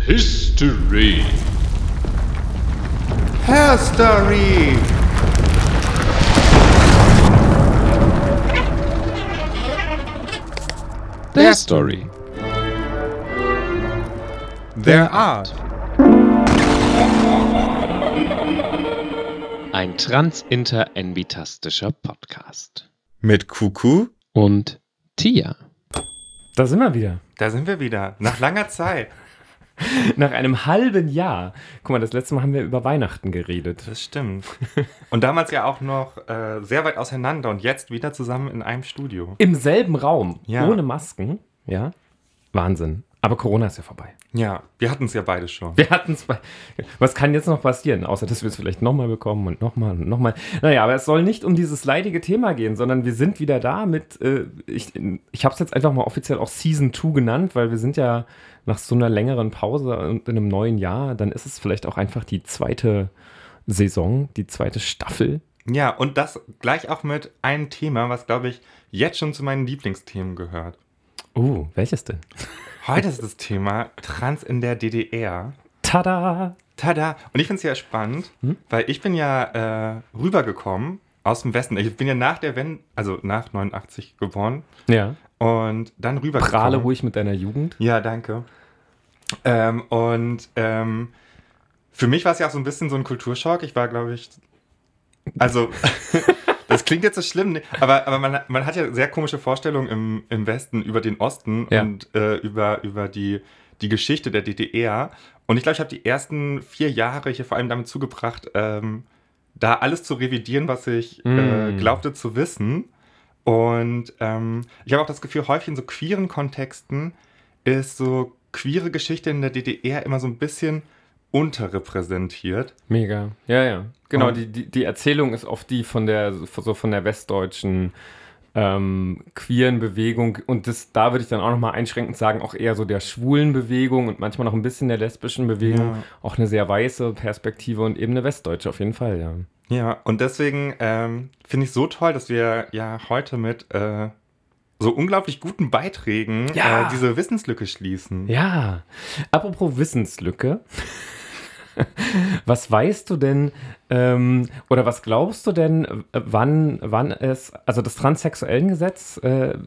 History. Herstory. Der Story. Der Art. Ein transinter-envitastischer Podcast. Mit Kuku. Und Tia. Da sind wir wieder. Da sind wir wieder. Nach langer Zeit. Nach einem halben Jahr. Guck mal, das letzte Mal haben wir über Weihnachten geredet. Das stimmt. Und damals ja auch noch sehr weit auseinander und jetzt wieder zusammen in einem Studio. Im selben Raum, Ja. ohne Masken. Ja, Wahnsinn. Aber Corona ist ja vorbei. Ja, wir hatten es ja beide schon. Wir hatten es. Was kann jetzt noch passieren? Außer, dass wir es vielleicht nochmal bekommen und nochmal und nochmal. Naja, aber es soll nicht um dieses leidige Thema gehen, sondern wir sind wieder da mit, ich habe es jetzt einfach mal offiziell auch Season 2 genannt, weil wir sind ja nach so einer längeren Pause und in einem neuen Jahr, dann ist es vielleicht auch einfach die zweite Saison, die zweite Staffel. Ja, und das gleich auch mit einem Thema, was, glaube ich, jetzt schon zu meinen Lieblingsthemen gehört. Welches denn? Heute ist das Thema Trans in der DDR. Tada! Tada! Und ich finde es ja spannend, weil ich bin ja rübergekommen aus dem Westen. Ich bin ja nach der Wende, also nach 89 geboren Ja. und dann rübergekommen. Prahle ruhig mit deiner Jugend. Ja, danke. Für mich war es ja auch so ein bisschen so ein Kulturschock. Ich war, glaube ich, also das klingt jetzt so schlimm, aber man hat ja sehr komische Vorstellungen im Westen über den Osten und über die Geschichte der DDR. Und ich glaube, ich habe die ersten 4 Jahre hier vor allem damit zugebracht, da alles zu revidieren, was ich glaubte zu wissen. Und ich habe auch das Gefühl, häufig in so queeren Kontexten ist so queere Geschichte in der DDR immer so ein bisschen unterrepräsentiert. Mega. Ja. Genau, Und- die Erzählung ist oft die von der westdeutschen queeren Bewegung und da würde ich dann auch nochmal einschränkend sagen, auch eher so der schwulen Bewegung und manchmal noch ein bisschen der lesbischen Bewegung. Ja. Auch eine sehr weiße Perspektive und eben eine westdeutsche auf jeden Fall, ja. Ja, und deswegen finde ich es so toll, dass wir ja heute mit so unglaublich guten Beiträgen Ja. diese Wissenslücke schließen. Ja, apropos Wissenslücke. Was weißt du denn oder was glaubst du denn, wann es, also das Transsexuellengesetz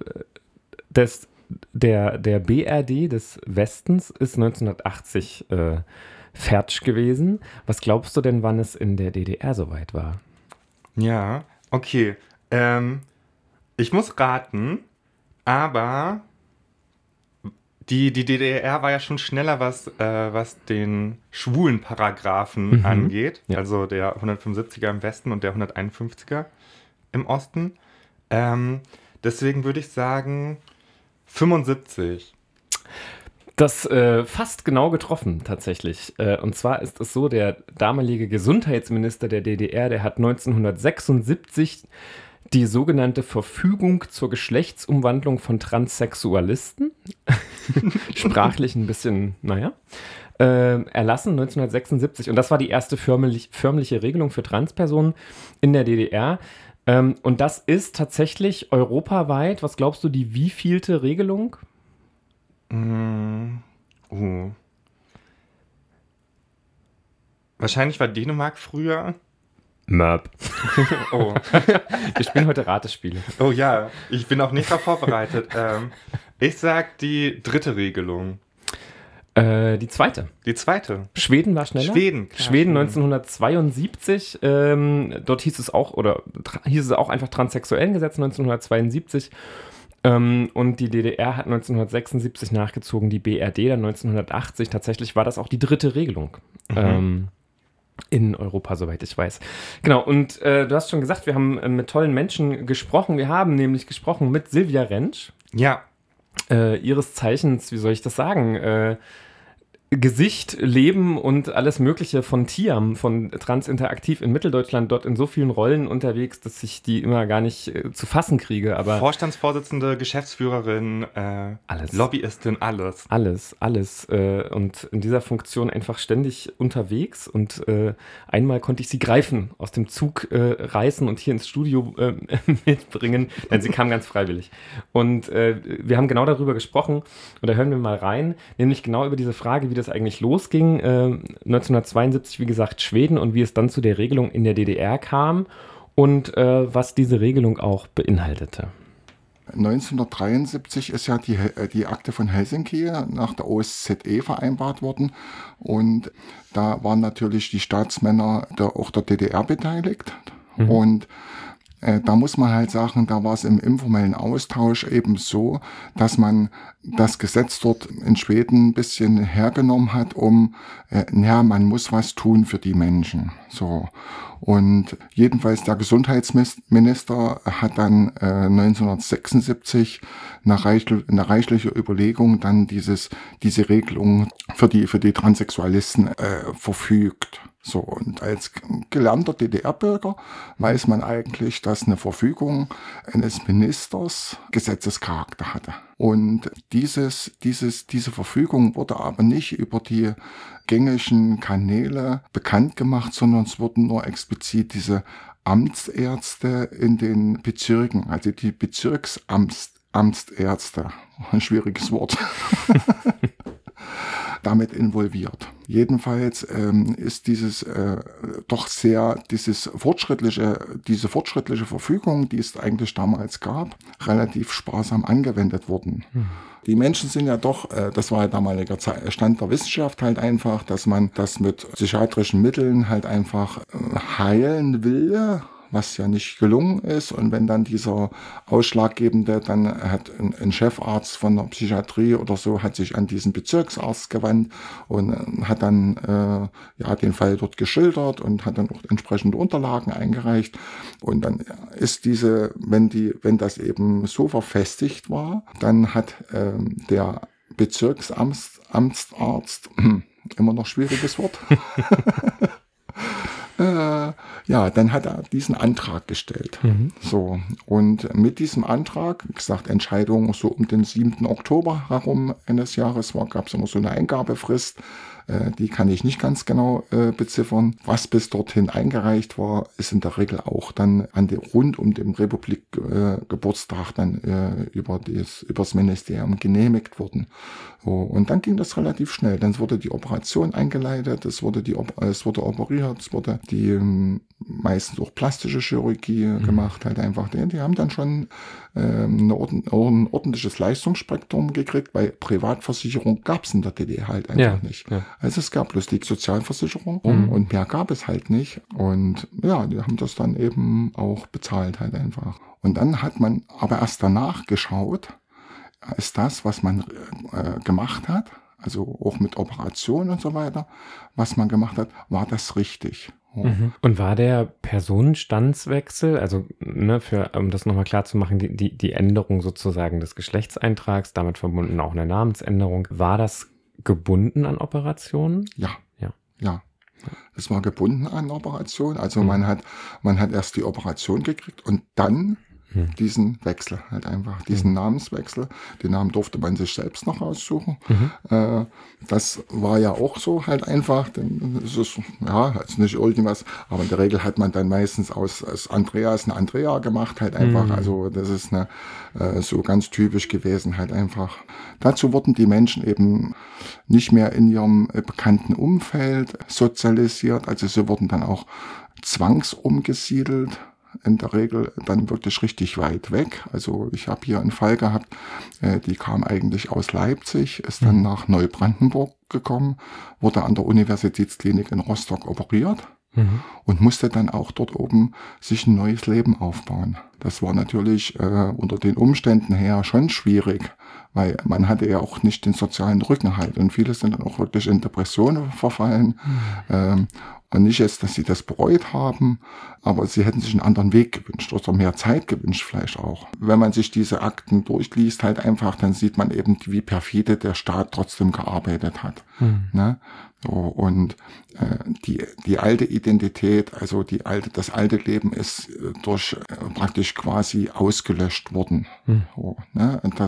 der BRD des Westens ist 1980 fertig gewesen. Was glaubst du denn, wann es in der DDR soweit war? Ja, okay. Ich muss raten, aber die DDR war ja schon schneller, was den schwulen Paragraphen angeht. Ja. Also der 175er im Westen und der 151er im Osten. Deswegen würde ich sagen 75. Das fast genau getroffen, tatsächlich. Und zwar ist es so, der damalige Gesundheitsminister der DDR, der hat 1976 die sogenannte Verfügung zur Geschlechtsumwandlung von Transsexualisten, sprachlich ein bisschen, erlassen, 1976. Und das war die erste förmliche Regelung für Transpersonen in der DDR. Und das ist tatsächlich europaweit, was glaubst du, die wievielte Regelung? Wahrscheinlich war Dänemark früher. Möp. Oh. Wir spielen heute Ratespiele. Oh ja, ich bin auch nicht darauf vorbereitet. Ich sag die 3. Regelung. Die zweite. Die 2. Schweden war schneller. Schweden, klar, Schweden Schweden. 1972. Dort hieß es auch, einfach Transsexuellengesetz 1972. Und die DDR hat 1976 nachgezogen, die BRD dann 1980. Tatsächlich war das auch die 3. Regelung. In Europa, soweit ich weiß. Genau, und du hast schon gesagt, wir haben mit tollen Menschen gesprochen. Wir haben nämlich gesprochen mit Silvia Rentsch, Ja, ihres Zeichens, wie soll ich das sagen, Gesicht, Leben und alles Mögliche von TIAM, von Transinteraktiv in Mitteldeutschland, dort in so vielen Rollen unterwegs, dass ich die immer gar nicht zu fassen kriege. Aber Vorstandsvorsitzende, Geschäftsführerin, Alles. Lobbyistin, alles. alles. Und in dieser Funktion einfach ständig unterwegs. Und einmal konnte ich sie greifen, aus dem Zug reißen und hier ins Studio mitbringen, denn sie kam ganz freiwillig. Und wir haben genau darüber gesprochen, und da hören wir mal rein, nämlich genau über diese Frage, wie das eigentlich losging. 1972, wie gesagt, Schweden und wie es dann zu der Regelung in der DDR kam und was diese Regelung auch beinhaltete. 1973 ist ja die Akte von Helsinki nach der OSZE vereinbart worden und da waren natürlich die Staatsmänner auch der DDR beteiligt und da muss man halt sagen, da war es im informellen Austausch eben so, dass man das Gesetz dort in Schweden ein bisschen hergenommen hat, man muss was tun für die Menschen. So. Und jedenfalls der Gesundheitsminister hat dann 1976 nach reichlicher Überlegung dann diese Regelung für die Transsexualisten verfügt. So, und als gelernter DDR-Bürger weiß man eigentlich, dass eine Verfügung eines Ministers Gesetzescharakter hatte. Und diese Verfügung wurde aber nicht über die gängigen Kanäle bekannt gemacht, sondern es wurden nur explizit diese Amtsärzte in den Bezirken, also die Bezirksamtsärzte, ein schwieriges Wort, damit involviert. Jedenfalls ist diese fortschrittliche Verfügung, die es eigentlich damals gab, relativ sparsam angewendet worden. Die Menschen sind ja doch, das war ja damaliger Stand der Wissenschaft halt einfach, dass man das mit psychiatrischen Mitteln halt einfach heilen will, was ja nicht gelungen ist. Und wenn dann dieser Ausschlaggebende, dann hat ein Chefarzt von der Psychiatrie oder so, hat sich an diesen Bezirksarzt gewandt und hat dann den Fall dort geschildert und hat dann auch entsprechende Unterlagen eingereicht. Und dann ist wenn das eben so verfestigt war, dann hat der Bezirksamtsarzt, immer noch schwieriges Wort, dann hat er diesen Antrag gestellt. So, und mit diesem Antrag, wie gesagt, Entscheidung so um den 7. Oktober herum eines Jahres gab es immer so eine Eingabefrist. Die kann ich nicht ganz genau beziffern. Was bis dorthin eingereicht war, ist in der Regel auch dann rund um den Republik-Geburtstag dann übers Ministerium genehmigt worden. So, und dann ging das relativ schnell. Dann wurde die Operation eingeleitet, es wurde operiert, es wurde die meistens auch plastische Chirurgie gemacht, halt einfach. Die haben dann schon ein ordentliches Leistungsspektrum gekriegt, weil Privatversicherung gab es in der DDR halt einfach nicht. Ja. Also es gab bloß die Sozialversicherung und mehr gab es halt nicht. Und ja, die haben das dann eben auch bezahlt halt einfach. Und dann hat man aber erst danach geschaut, ist das, was man gemacht hat, also auch mit Operationen und so weiter, was man gemacht hat, war das richtig? Und war der Personenstandswechsel, also um das nochmal klar zu machen, die Änderung sozusagen des Geschlechtseintrags, damit verbunden auch eine Namensänderung, war das gebunden an Operationen? Ja. Es war gebunden an Operationen. Also man hat erst die Operation gekriegt und dann diesen Wechsel halt einfach, diesen Namenswechsel. Den Namen durfte man sich selbst noch aussuchen. Das war ja auch so halt einfach. Denn es ist, also nicht irgendwas, aber in der Regel hat man dann meistens aus Andreas eine Andrea gemacht halt einfach. Also das ist so ganz typisch gewesen halt einfach. Dazu wurden die Menschen eben nicht mehr in ihrem bekannten Umfeld sozialisiert. Also sie wurden dann auch zwangsumgesiedelt. In der Regel dann wirklich richtig weit weg. Also ich habe hier einen Fall gehabt, die kam eigentlich aus Leipzig, ist dann nach Neubrandenburg gekommen, wurde an der Universitätsklinik in Rostock operiert und musste dann auch dort oben sich ein neues Leben aufbauen. Das war natürlich unter den Umständen her schon schwierig, weil man hatte ja auch nicht den sozialen Rückenhalt und viele sind dann auch wirklich in Depressionen verfallen. Und nicht jetzt, dass sie das bereut haben, aber sie hätten sich einen anderen Weg gewünscht oder mehr Zeit gewünscht vielleicht auch. Wenn man sich diese Akten durchliest, halt einfach, dann sieht man eben, wie perfide der Staat trotzdem gearbeitet hat. Ne? So, und die alte Identität, also das alte Leben ist durch praktisch quasi ausgelöscht worden. So, ne? Und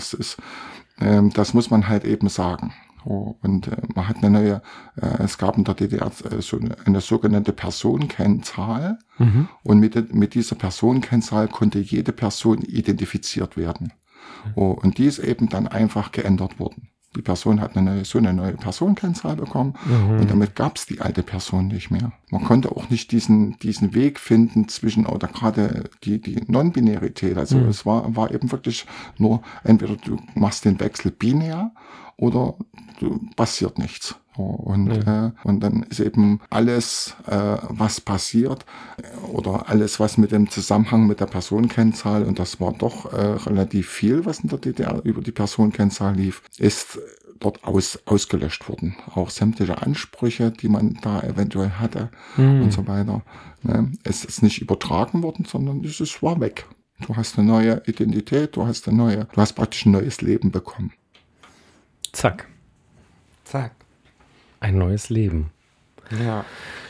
das muss man halt eben sagen. Und man hat es gab in der DDR so eine sogenannte Personenkennzahl und mit dieser Personenkennzahl konnte jede Person identifiziert werden. Und die ist eben dann einfach geändert worden. Die Person hat eine neue Personenkennzahl bekommen und damit gab es die alte Person nicht mehr. Man konnte auch nicht diesen Weg finden zwischen, oder gerade die Non-Binarität. Also es war eben wirklich nur, entweder du machst den Wechsel binär oder passiert nichts. Und dann ist eben alles, was passiert oder alles, was mit dem Zusammenhang mit der Personenkennzahl, und das war doch relativ viel, was in der DDR über die Personenkennzahl lief, ist dort ausgelöscht worden. Auch sämtliche Ansprüche, die man da eventuell hatte und so weiter. Ne? Es ist nicht übertragen worden, sondern es war weg. Du hast eine neue Identität, du hast praktisch ein neues Leben bekommen. Zack. Zack. Ein neues Leben. Ja.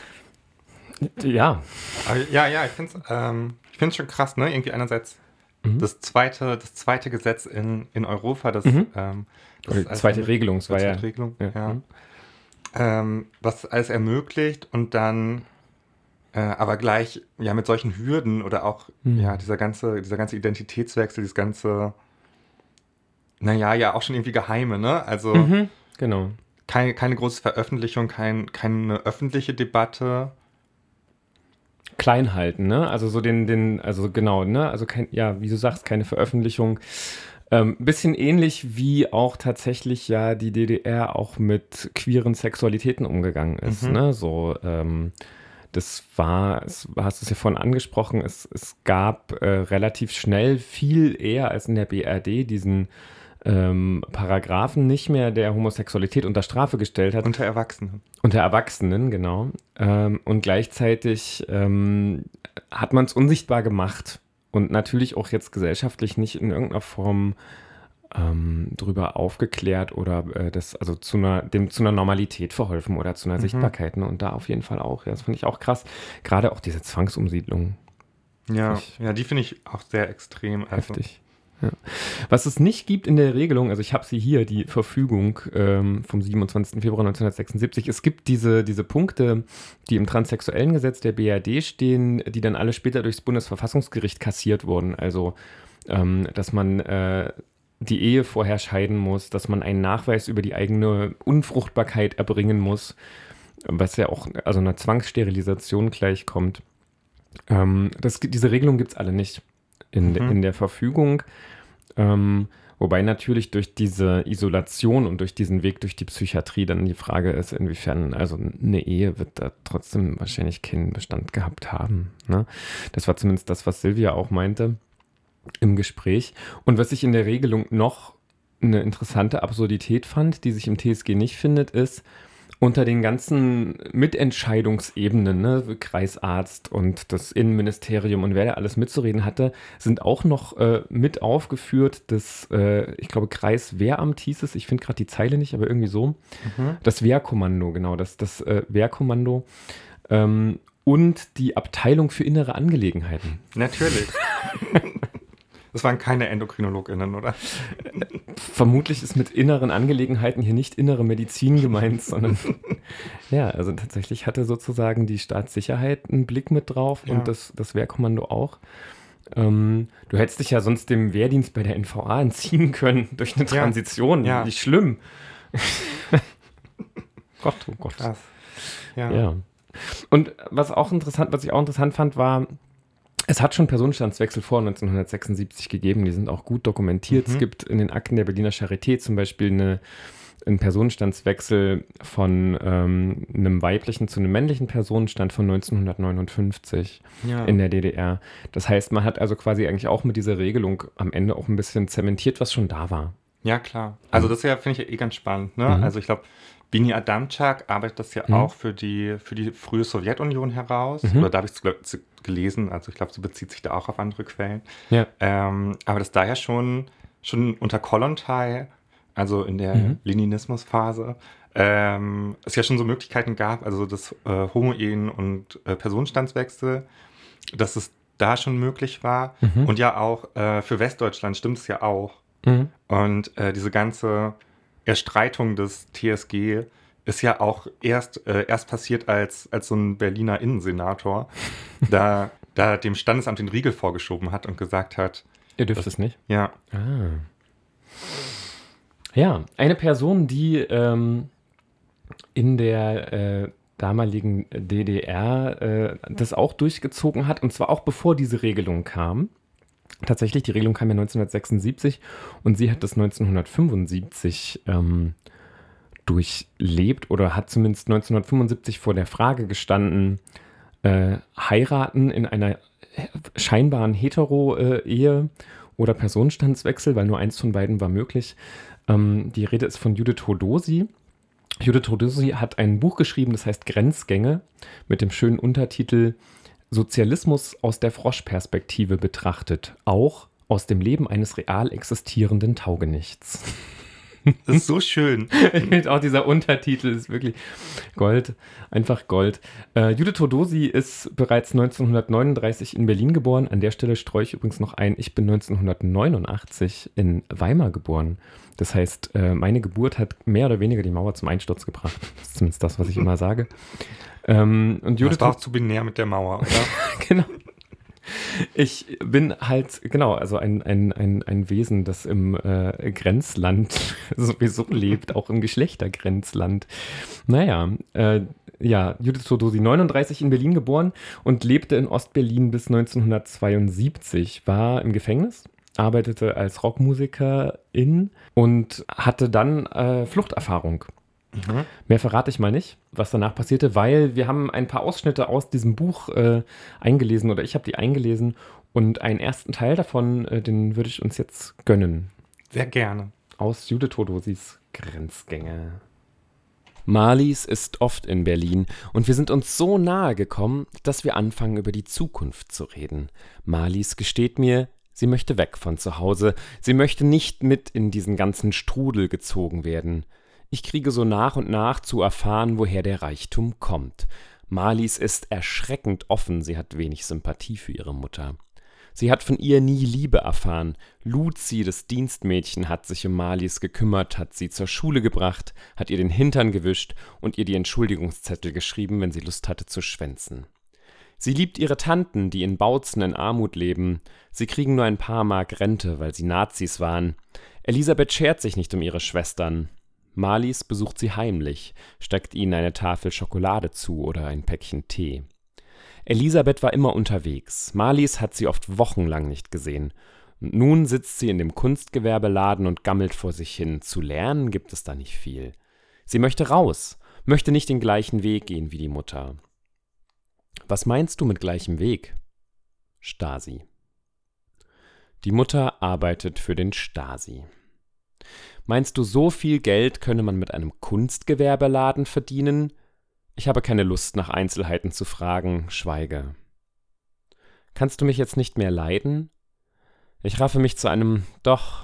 Ja. Aber ja, ich finde es schon krass, ne? Irgendwie einerseits das zweite Gesetz in Europa, das die zweite Regelung, es war ja. Regelung, was alles ermöglicht und dann aber gleich ja mit solchen Hürden oder auch dieser ganze Identitätswechsel, dieses ganze, ja auch schon irgendwie Geheime, ne? Also genau. Keine große Veröffentlichung, keine öffentliche Debatte. Klein halten, ne? Also so also genau, ne? Also wie du sagst, keine Veröffentlichung. Bisschen ähnlich wie auch tatsächlich ja die DDR auch mit queeren Sexualitäten umgegangen ist, ne? So, das war, hast du es ja vorhin angesprochen, es gab relativ schnell viel eher als in der BRD diesen Paragraphen nicht mehr, der Homosexualität unter Strafe gestellt hat. Unter Erwachsenen. Unter Erwachsenen, genau. Und gleichzeitig hat man es unsichtbar gemacht und natürlich auch jetzt gesellschaftlich nicht in irgendeiner Form drüber aufgeklärt oder zu einer Normalität verholfen oder zu einer Sichtbarkeit. Ne? Und da auf jeden Fall auch. Ja, das finde ich auch krass. Gerade auch diese Zwangsumsiedlung. Ja, die finde ich auch sehr extrem. Heftig. Ja. Was es nicht gibt in der Regelung, also ich habe sie hier, die Verfügung vom 27. Februar 1976, es gibt diese Punkte, die im transsexuellen Gesetz der BRD stehen, die dann alle später durchs Bundesverfassungsgericht kassiert wurden. Also, dass man die Ehe vorher scheiden muss, dass man einen Nachweis über die eigene Unfruchtbarkeit erbringen muss, was ja auch also einer Zwangssterilisation gleichkommt. Diese Regelung gibt es alle nicht in der Verfügung. Wobei natürlich durch diese Isolation und durch diesen Weg durch die Psychiatrie dann die Frage ist, inwiefern, also eine Ehe wird da trotzdem wahrscheinlich keinen Bestand gehabt haben. Ne? Das war zumindest das, was Silvia auch meinte im Gespräch. Und was ich in der Regelung noch eine interessante Absurdität fand, die sich im TSG nicht findet, ist, unter den ganzen Mitentscheidungsebenen, ne, Kreisarzt und das Innenministerium und wer da alles mitzureden hatte, sind auch noch mit aufgeführt, das, ich glaube, Kreiswehramt hieß es, ich finde gerade die Zeile nicht, aber irgendwie so. Das Wehrkommando, genau, das Wehrkommando und die Abteilung für innere Angelegenheiten. Natürlich. Das waren keine EndokrinologInnen, oder? Vermutlich ist mit inneren Angelegenheiten hier nicht innere Medizin gemeint, sondern ja, also tatsächlich hatte sozusagen die Staatssicherheit einen Blick mit drauf und das Wehrkommando auch. Du hättest dich ja sonst dem Wehrdienst bei der NVA entziehen können durch eine Transition. Ja. Wie schlimm. Gott, oh Gott. Krass. Ja. Und was ich auch interessant fand, war, es hat schon Personenstandswechsel vor 1976 gegeben, die sind auch gut dokumentiert. Es gibt in den Akten der Berliner Charité zum Beispiel einen Personenstandswechsel von einem weiblichen zu einem männlichen Personenstand von 1959 in der DDR. Das heißt, man hat also quasi eigentlich auch mit dieser Regelung am Ende auch ein bisschen zementiert, was schon da war. Ja, klar. Also das finde ich ja ganz spannend. Ne? Also ich glaube, Bini Adamczak arbeitet das ja auch für die frühe Sowjetunion heraus. Oder da habe ich es gelesen. Also ich glaube, sie bezieht sich da auch auf andere Quellen. Ja. Aber dass daher schon unter Kollontai, also in der Leninismusphase, es ja schon so Möglichkeiten gab, also das Homo-Ehen und Personenstandswechsel, dass es da schon möglich war. Und ja auch für Westdeutschland stimmt es ja auch. Und diese ganze Erstreitung des TSG ist ja auch erst passiert, als so ein Berliner Innensenator da dem Standesamt den Riegel vorgeschoben hat und gesagt hat, Ihr dürft es nicht? Ja. Ja, eine Person, die in der damaligen DDR das auch durchgezogen hat, und zwar auch bevor diese Regelung kam. Tatsächlich, die Regelung kam ja 1976 und sie hat das 1975 durchlebt oder hat zumindest 1975 vor der Frage gestanden, heiraten in einer scheinbaren Hetero-Ehe oder Personenstandswechsel, weil nur eins von beiden war möglich. Die Rede ist von Judith Hodosi. Judith Hodosi hat ein Buch geschrieben, das heißt Grenzgänge, mit dem schönen Untertitel Sozialismus aus der Froschperspektive betrachtet, auch aus dem Leben eines real existierenden Taugenichts. Das ist so schön. Ich finde auch, dieser Untertitel ist wirklich Gold, einfach Gold. Judith Hodosi ist bereits 1939 in Berlin geboren. An der Stelle streue ich übrigens noch ein, ich bin 1989 in Weimar geboren. Das heißt, meine Geburt hat mehr oder weniger die Mauer zum Einsturz gebracht. Das ist zumindest das, was ich immer sage. Und Judith, das war auch zu binär mit der Mauer, oder? Genau. Ich bin halt, genau, also ein Wesen, das im Grenzland sowieso lebt, auch im Geschlechtergrenzland. Naja, ja, Judith Hodosi, 39 in Berlin geboren und lebte in Ostberlin bis 1972, war im Gefängnis, arbeitete als Rockmusikerin und hatte dann Fluchterfahrung. Mhm. Mehr verrate ich mal nicht, was danach passierte, weil wir haben ein paar Ausschnitte aus diesem Buch eingelesen oder ich habe die eingelesen und einen ersten Teil davon, den würde ich uns jetzt gönnen. Sehr gerne. Aus Judith Hodosis Grenzgänge. Marlies ist oft in Berlin und wir sind uns so nahe gekommen, dass wir anfangen, über die Zukunft zu reden. Marlies gesteht mir, sie möchte weg von zu Hause, sie möchte nicht mit in diesen ganzen Strudel gezogen werden. Ich kriege so nach und nach zu erfahren, woher der Reichtum kommt. Marlies ist erschreckend offen, sie hat wenig Sympathie für ihre Mutter. Sie hat von ihr nie Liebe erfahren. Luzi, das Dienstmädchen, hat sich um Marlies gekümmert, hat sie zur Schule gebracht, hat ihr den Hintern gewischt und ihr die Entschuldigungszettel geschrieben, wenn sie Lust hatte zu schwänzen. Sie liebt ihre Tanten, die in Bautzen in Armut leben. Sie kriegen nur ein paar Mark Rente, weil sie Nazis waren. Elisabeth schert sich nicht um ihre Schwestern. Marlies besucht sie heimlich, steckt ihnen eine Tafel Schokolade zu oder ein Päckchen Tee. Elisabeth war immer unterwegs. Marlies hat sie oft wochenlang nicht gesehen. Und nun sitzt sie in dem Kunstgewerbeladen und gammelt vor sich hin. Zu lernen gibt es da nicht viel. Sie möchte raus, möchte nicht den gleichen Weg gehen wie die Mutter. Was meinst du mit gleichem Weg? Stasi. Die Mutter arbeitet für den Stasi. Meinst du, so viel Geld könne man mit einem Kunstgewerbeladen verdienen? Ich habe keine Lust, nach Einzelheiten zu fragen, schweige. Kannst du mich jetzt nicht mehr leiden? Ich raffe mich zu einem Doch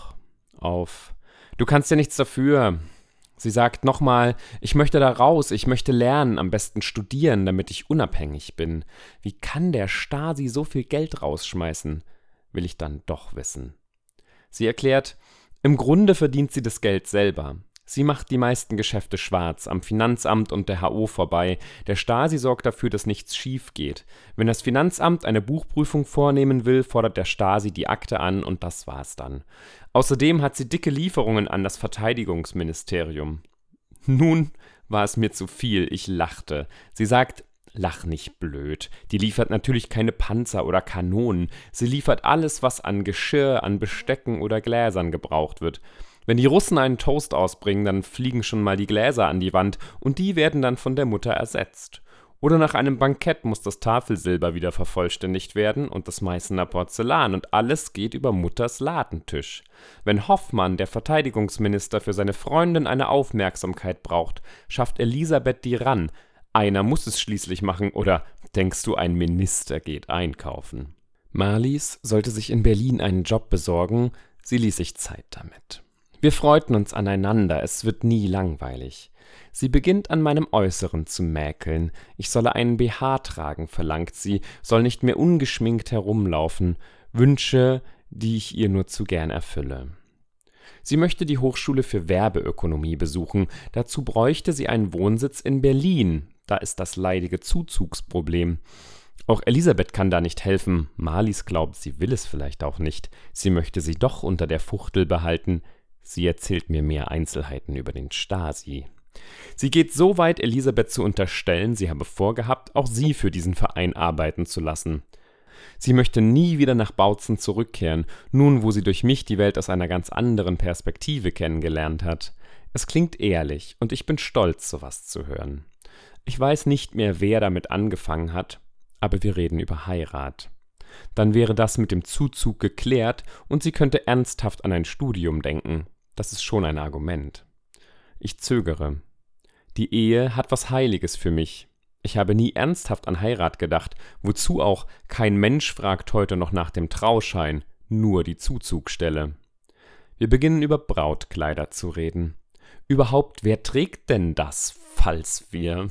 auf. Du kannst ja nichts dafür. Sie sagt nochmal, ich möchte da raus, ich möchte lernen, am besten studieren, damit ich unabhängig bin. Wie kann der Stasi so viel Geld rausschmeißen? Will ich dann doch wissen. Sie erklärt, im Grunde verdient sie das Geld selber. Sie macht die meisten Geschäfte schwarz, am Finanzamt und der HO vorbei. Der Stasi sorgt dafür, dass nichts schief geht. Wenn das Finanzamt eine Buchprüfung vornehmen will, fordert der Stasi die Akte an und das war's dann. Außerdem hat sie dicke Lieferungen an das Verteidigungsministerium. Nun war es mir zu viel, ich lachte. Sie sagt, lach nicht blöd. Die liefert natürlich keine Panzer oder Kanonen. Sie liefert alles, was an Geschirr, an Bestecken oder Gläsern gebraucht wird. Wenn die Russen einen Toast ausbringen, dann fliegen schon mal die Gläser an die Wand und die werden dann von der Mutter ersetzt. Oder nach einem Bankett muss das Tafelsilber wieder vervollständigt werden und das Meißener Porzellan und alles geht über Mutters Ladentisch. Wenn Hoffmann, der Verteidigungsminister, für seine Freundin eine Aufmerksamkeit braucht, schafft Elisabeth die ran. Einer muss es schließlich machen, oder denkst du, ein Minister geht einkaufen? Marlies sollte sich in Berlin einen Job besorgen, sie ließ sich Zeit damit. Wir freuten uns aneinander, es wird nie langweilig. Sie beginnt an meinem Äußeren zu mäkeln. Ich solle einen BH tragen, verlangt sie, soll nicht mehr ungeschminkt herumlaufen. Wünsche, die ich ihr nur zu gern erfülle. Sie möchte die Hochschule für Werbeökonomie besuchen. Dazu bräuchte sie einen Wohnsitz in Berlin. Da ist das leidige Zuzugsproblem. Auch Elisabeth kann da nicht helfen. Marlies glaubt, sie will es vielleicht auch nicht. Sie möchte sie doch unter der Fuchtel behalten. Sie erzählt mir mehr Einzelheiten über den Stasi. Sie geht so weit, Elisabeth zu unterstellen, sie habe vorgehabt, auch sie für diesen Verein arbeiten zu lassen. Sie möchte nie wieder nach Bautzen zurückkehren, nun wo sie durch mich die Welt aus einer ganz anderen Perspektive kennengelernt hat. Es klingt ehrlich und ich bin stolz, sowas zu hören. Ich weiß nicht mehr, wer damit angefangen hat, aber wir reden über Heirat. Dann wäre das mit dem Zuzug geklärt und sie könnte ernsthaft an ein Studium denken. Das ist schon ein Argument. Ich zögere. Die Ehe hat was Heiliges für mich. Ich habe nie ernsthaft an Heirat gedacht, wozu auch kein Mensch fragt heute noch nach dem Trauschein, nur die Zuzugstelle. Wir beginnen über Brautkleider zu reden. Überhaupt, wer trägt denn das, falls wir...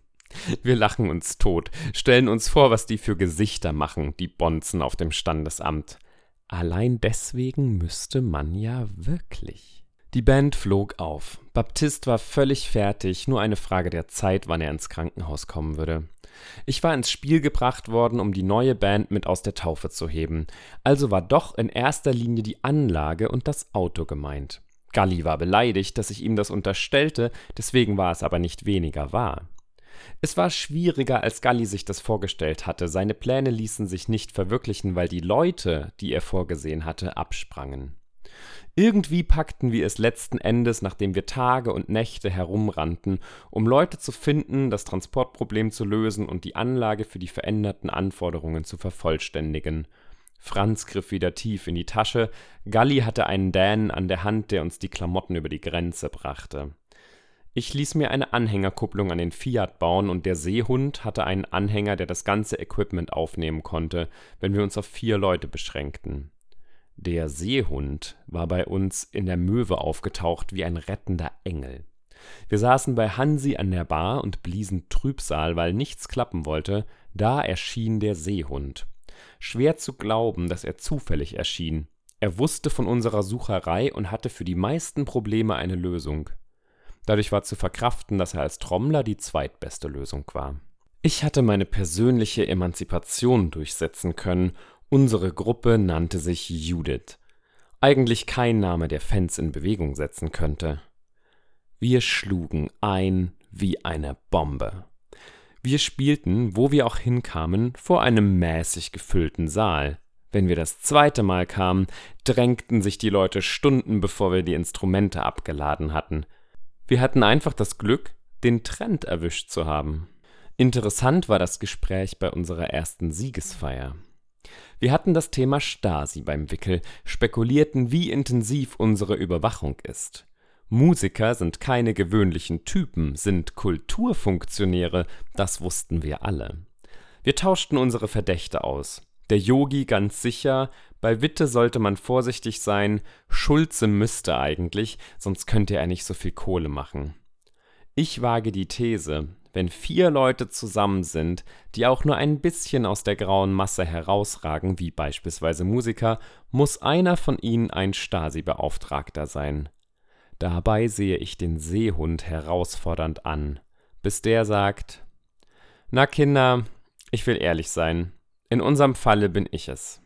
Wir lachen uns tot, stellen uns vor, was die für Gesichter machen, die Bonzen auf dem Standesamt. Allein deswegen müsste man ja wirklich. Die Band flog auf. Baptist war völlig fertig, nur eine Frage der Zeit, wann er ins Krankenhaus kommen würde. Ich war ins Spiel gebracht worden, um die neue Band mit aus der Taufe zu heben. Also war doch in erster Linie die Anlage und das Auto gemeint. Galli war beleidigt, dass ich ihm das unterstellte, deswegen war es aber nicht weniger wahr. Es war schwieriger, als Galli sich das vorgestellt hatte. Seine Pläne ließen sich nicht verwirklichen, weil die Leute, die er vorgesehen hatte, absprangen. Irgendwie packten wir es letzten Endes, nachdem wir Tage und Nächte herumrannten, um Leute zu finden, das Transportproblem zu lösen und die Anlage für die veränderten Anforderungen zu vervollständigen. Franz griff wieder tief in die Tasche. Galli hatte einen Dänen an der Hand, der uns die Klamotten über die Grenze brachte. Ich ließ mir eine Anhängerkupplung an den Fiat bauen und der Seehund hatte einen Anhänger, der das ganze Equipment aufnehmen konnte, wenn wir uns auf 4 Leute beschränkten. Der Seehund war bei uns in der Möwe aufgetaucht wie ein rettender Engel. Wir saßen bei Hansi an der Bar und bliesen Trübsal, weil nichts klappen wollte, da erschien der Seehund. Schwer zu glauben, dass er zufällig erschien. Er wusste von unserer Sucherei und hatte für die meisten Probleme eine Lösung. Dadurch war zu verkraften, dass er als Trommler die zweitbeste Lösung war. Ich hatte meine persönliche Emanzipation durchsetzen können. Unsere Gruppe nannte sich Judith. Eigentlich kein Name, der Fans in Bewegung setzen könnte. Wir schlugen ein wie eine Bombe. Wir spielten, wo wir auch hinkamen, vor einem mäßig gefüllten Saal. Wenn wir das zweite Mal kamen, drängten sich die Leute Stunden, bevor wir die Instrumente abgeladen hatten. Wir hatten einfach das Glück, den Trend erwischt zu haben. Interessant war das Gespräch bei unserer ersten Siegesfeier. Wir hatten das Thema Stasi beim Wickel, spekulierten, wie intensiv unsere Überwachung ist. Musiker sind keine gewöhnlichen Typen, sind Kulturfunktionäre, das wussten wir alle. Wir tauschten unsere Verdächte aus. Der Yogi ganz sicher, bei Witte sollte man vorsichtig sein, Schulze müsste eigentlich, sonst könnte er nicht so viel Kohle machen. Ich wage die These, wenn 4 Leute zusammen sind, die auch nur ein bisschen aus der grauen Masse herausragen, wie beispielsweise Musiker, muss einer von ihnen ein Stasi-Beauftragter sein. Dabei sehe ich den Seehund herausfordernd an, bis der sagt: »Na Kinder, ich will ehrlich sein. In unserem Falle bin ich es.«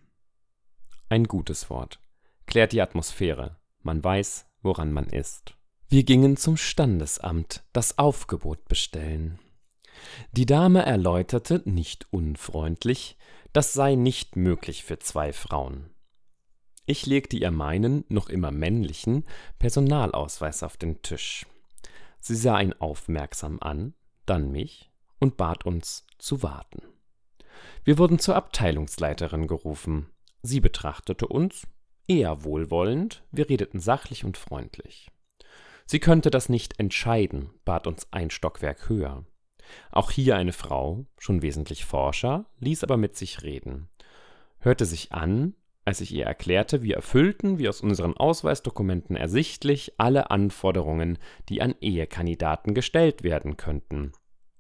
Ein gutes Wort. Klärt die Atmosphäre. Man weiß, woran man ist. Wir gingen zum Standesamt, das Aufgebot bestellen. Die Dame erläuterte, nicht unfreundlich, das sei nicht möglich für 2 Frauen. Ich legte ihr meinen, noch immer männlichen, Personalausweis auf den Tisch. Sie sah ihn aufmerksam an, dann mich und bat uns zu warten. Wir wurden zur Abteilungsleiterin gerufen. Sie betrachtete uns, eher wohlwollend, wir redeten sachlich und freundlich. Sie könnte das nicht entscheiden, bat uns ein Stockwerk höher. Auch hier eine Frau, schon wesentlich forscher, ließ aber mit sich reden. Hörte sich an, als ich ihr erklärte, wir erfüllten, wie aus unseren Ausweisdokumenten ersichtlich, alle Anforderungen, die an Ehekandidaten gestellt werden könnten.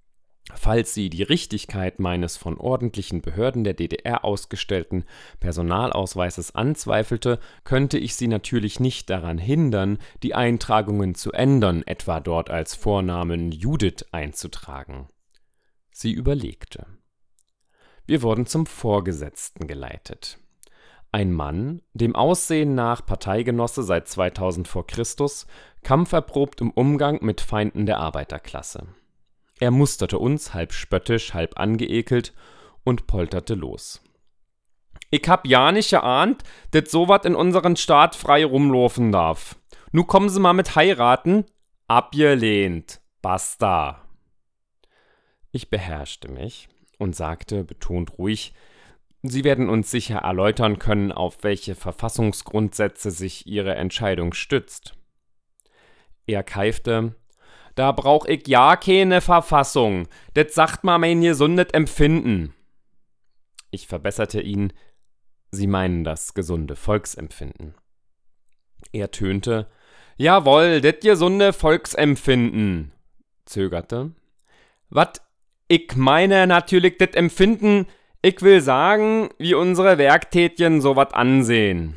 Falls sie die Richtigkeit meines von ordentlichen Behörden der DDR ausgestellten Personalausweises anzweifelte, könnte ich sie natürlich nicht daran hindern, die Eintragungen zu ändern, etwa dort als Vornamen Judith einzutragen. Sie überlegte. Wir wurden zum Vorgesetzten geleitet. Ein Mann, dem Aussehen nach Parteigenosse seit 2000 vor Christus, kampferprobt im Umgang mit Feinden der Arbeiterklasse. Er musterte uns, halb spöttisch, halb angeekelt, und polterte los. Ich hab ja nicht geahnt, dass sowas in unseren Staat frei rumlaufen darf. Nu kommen Sie mal mit heiraten. Abgelehnt. Basta. Ich beherrschte mich und sagte betont ruhig, Sie werden uns sicher erläutern können, auf welche Verfassungsgrundsätze sich Ihre Entscheidung stützt. Er keifte, da brauch ich ja keine Verfassung, das sagt mal mein gesundes Empfinden. Ich verbesserte ihn, Sie meinen das gesunde Volksempfinden. Er tönte, jawohl, das gesunde Volksempfinden, zögerte. Wat, ich meine natürlich das Empfinden, ich will sagen, wie unsere Werktätchen sowas ansehen.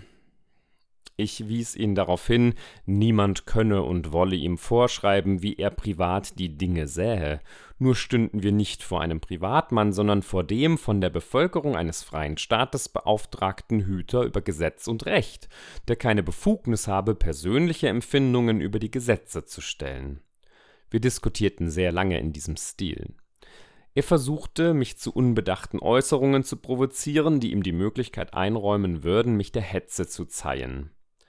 Ich wies ihn darauf hin, niemand könne und wolle ihm vorschreiben, wie er privat die Dinge sähe. Nur stünden wir nicht vor einem Privatmann, sondern vor dem von der Bevölkerung eines freien Staates beauftragten Hüter über Gesetz und Recht, der keine Befugnis habe, persönliche Empfindungen über die Gesetze zu stellen. Wir diskutierten sehr lange in diesem Stil. Er versuchte, mich zu unbedachten Äußerungen zu provozieren, die ihm die Möglichkeit einräumen würden, mich der Hetze zu zeihen.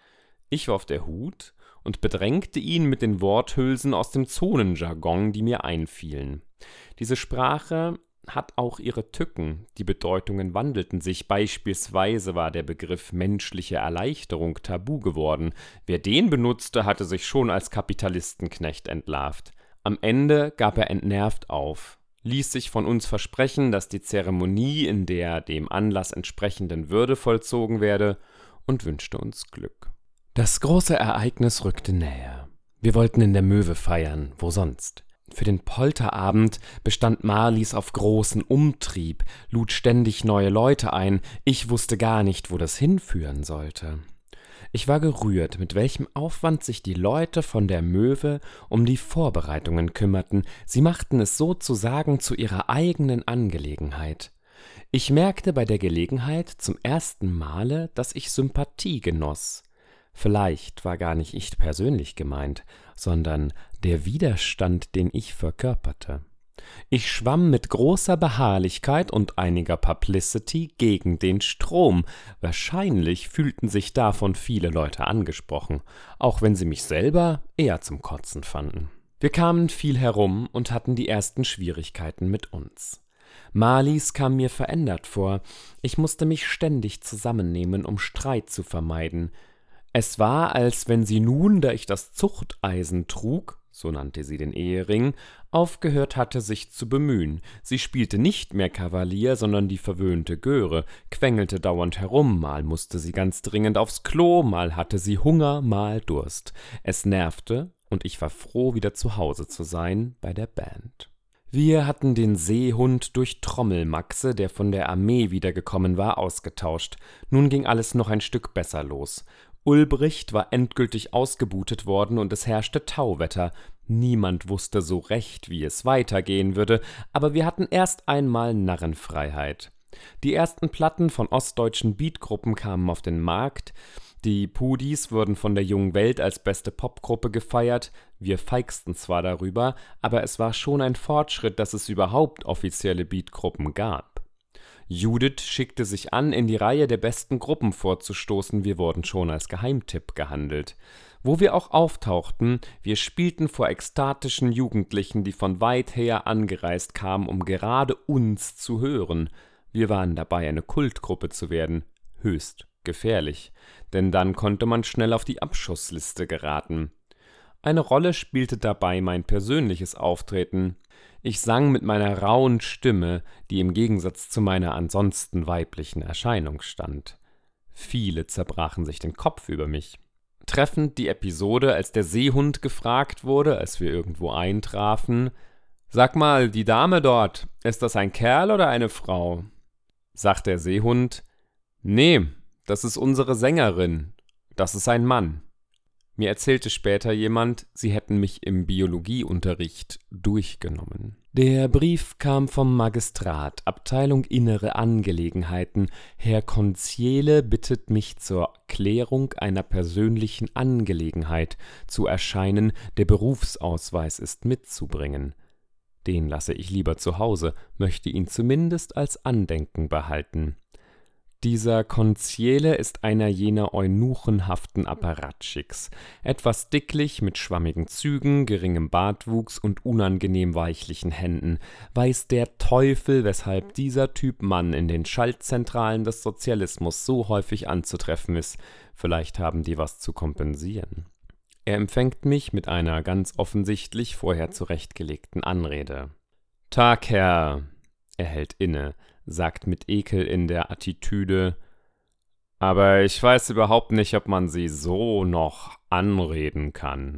Ich war auf der Hut und bedrängte ihn mit den Worthülsen aus dem Zonenjargon, die mir einfielen. Diese Sprache hat auch ihre Tücken, die Bedeutungen wandelten sich, beispielsweise war der Begriff menschliche Erleichterung tabu geworden. Wer den benutzte, hatte sich schon als Kapitalistenknecht entlarvt. Am Ende gab er entnervt auf, ließ sich von uns versprechen, dass die Zeremonie in der dem Anlass entsprechenden Würde vollzogen werde und wünschte uns Glück. Das große Ereignis rückte näher. Wir wollten in der Möwe feiern, wo sonst. Für den Polterabend bestand Marlies auf großen Umtrieb, lud ständig neue Leute ein, ich wusste gar nicht, wo das hinführen sollte. Ich war gerührt, mit welchem Aufwand sich die Leute von der Möwe um die Vorbereitungen kümmerten, sie machten es sozusagen zu ihrer eigenen Angelegenheit. Ich merkte bei der Gelegenheit zum ersten Male, dass ich Sympathie genoss. Vielleicht war gar nicht ich persönlich gemeint, sondern der Widerstand, den ich verkörperte. Ich schwamm mit großer Beharrlichkeit und einiger Publicity gegen den Strom. Wahrscheinlich fühlten sich davon viele Leute angesprochen, auch wenn sie mich selber eher zum Kotzen fanden. Wir kamen viel herum und hatten die ersten Schwierigkeiten mit uns. Marlies kam mir verändert vor. Ich musste mich ständig zusammennehmen, um Streit zu vermeiden. Es war, als wenn sie nun, da ich das Zuchteisen trug, so nannte sie den Ehering, aufgehört hatte, sich zu bemühen. Sie spielte nicht mehr Kavalier, sondern die verwöhnte Göre, quengelte dauernd herum, mal musste sie ganz dringend aufs Klo, mal hatte sie Hunger, mal Durst. Es nervte, und ich war froh, wieder zu Hause zu sein, bei der Band. Wir hatten den Seehund durch Trommelmaxe, der von der Armee wiedergekommen war, ausgetauscht. Nun ging alles noch ein Stück besser los. Ulbricht war endgültig ausgebutet worden und es herrschte Tauwetter. Niemand wusste so recht, wie es weitergehen würde, aber wir hatten erst einmal Narrenfreiheit. Die ersten Platten von ostdeutschen Beatgruppen kamen auf den Markt, die Pudis wurden von der Jungen Welt als beste Popgruppe gefeiert, wir feigsten zwar darüber, aber es war schon ein Fortschritt, dass es überhaupt offizielle Beatgruppen gab. Judith schickte sich an, in die Reihe der besten Gruppen vorzustoßen, wir wurden schon als Geheimtipp gehandelt. Wo wir auch auftauchten, wir spielten vor ekstatischen Jugendlichen, die von weit her angereist kamen, um gerade uns zu hören. Wir waren dabei, eine Kultgruppe zu werden, höchst gefährlich, denn dann konnte man schnell auf die Abschussliste geraten. Eine Rolle spielte dabei mein persönliches Auftreten. Ich sang mit meiner rauen Stimme, die im Gegensatz zu meiner ansonsten weiblichen Erscheinung stand. Viele zerbrachen sich den Kopf über mich. Treffend die Episode, als der Seehund gefragt wurde, als wir irgendwo eintrafen: »Sag mal, die Dame dort, ist das ein Kerl oder eine Frau?« Sagt der Seehund: »Nee, das ist unsere Sängerin, das ist ein Mann.« Mir erzählte später jemand, sie hätten mich im Biologieunterricht durchgenommen. Der Brief kam vom Magistrat, Abteilung Innere Angelegenheiten. Herr Konziele bittet mich zur Klärung einer persönlichen Angelegenheit zu erscheinen. Der Berufsausweis ist mitzubringen. Den lasse ich lieber zu Hause, möchte ihn zumindest als Andenken behalten. Dieser Konziele ist einer jener eunuchenhaften Apparatschicks, etwas dicklich, mit schwammigen Zügen, geringem Bartwuchs und unangenehm weichlichen Händen. Weiß der Teufel, weshalb dieser Typ Mann in den Schaltzentralen des Sozialismus so häufig anzutreffen ist. Vielleicht haben die was zu kompensieren. Er empfängt mich mit einer ganz offensichtlich vorher zurechtgelegten Anrede. »Tag, Herr«, er hält inne, sagt mit Ekel in der Attitüde, »aber ich weiß überhaupt nicht, ob man Sie so noch anreden kann.«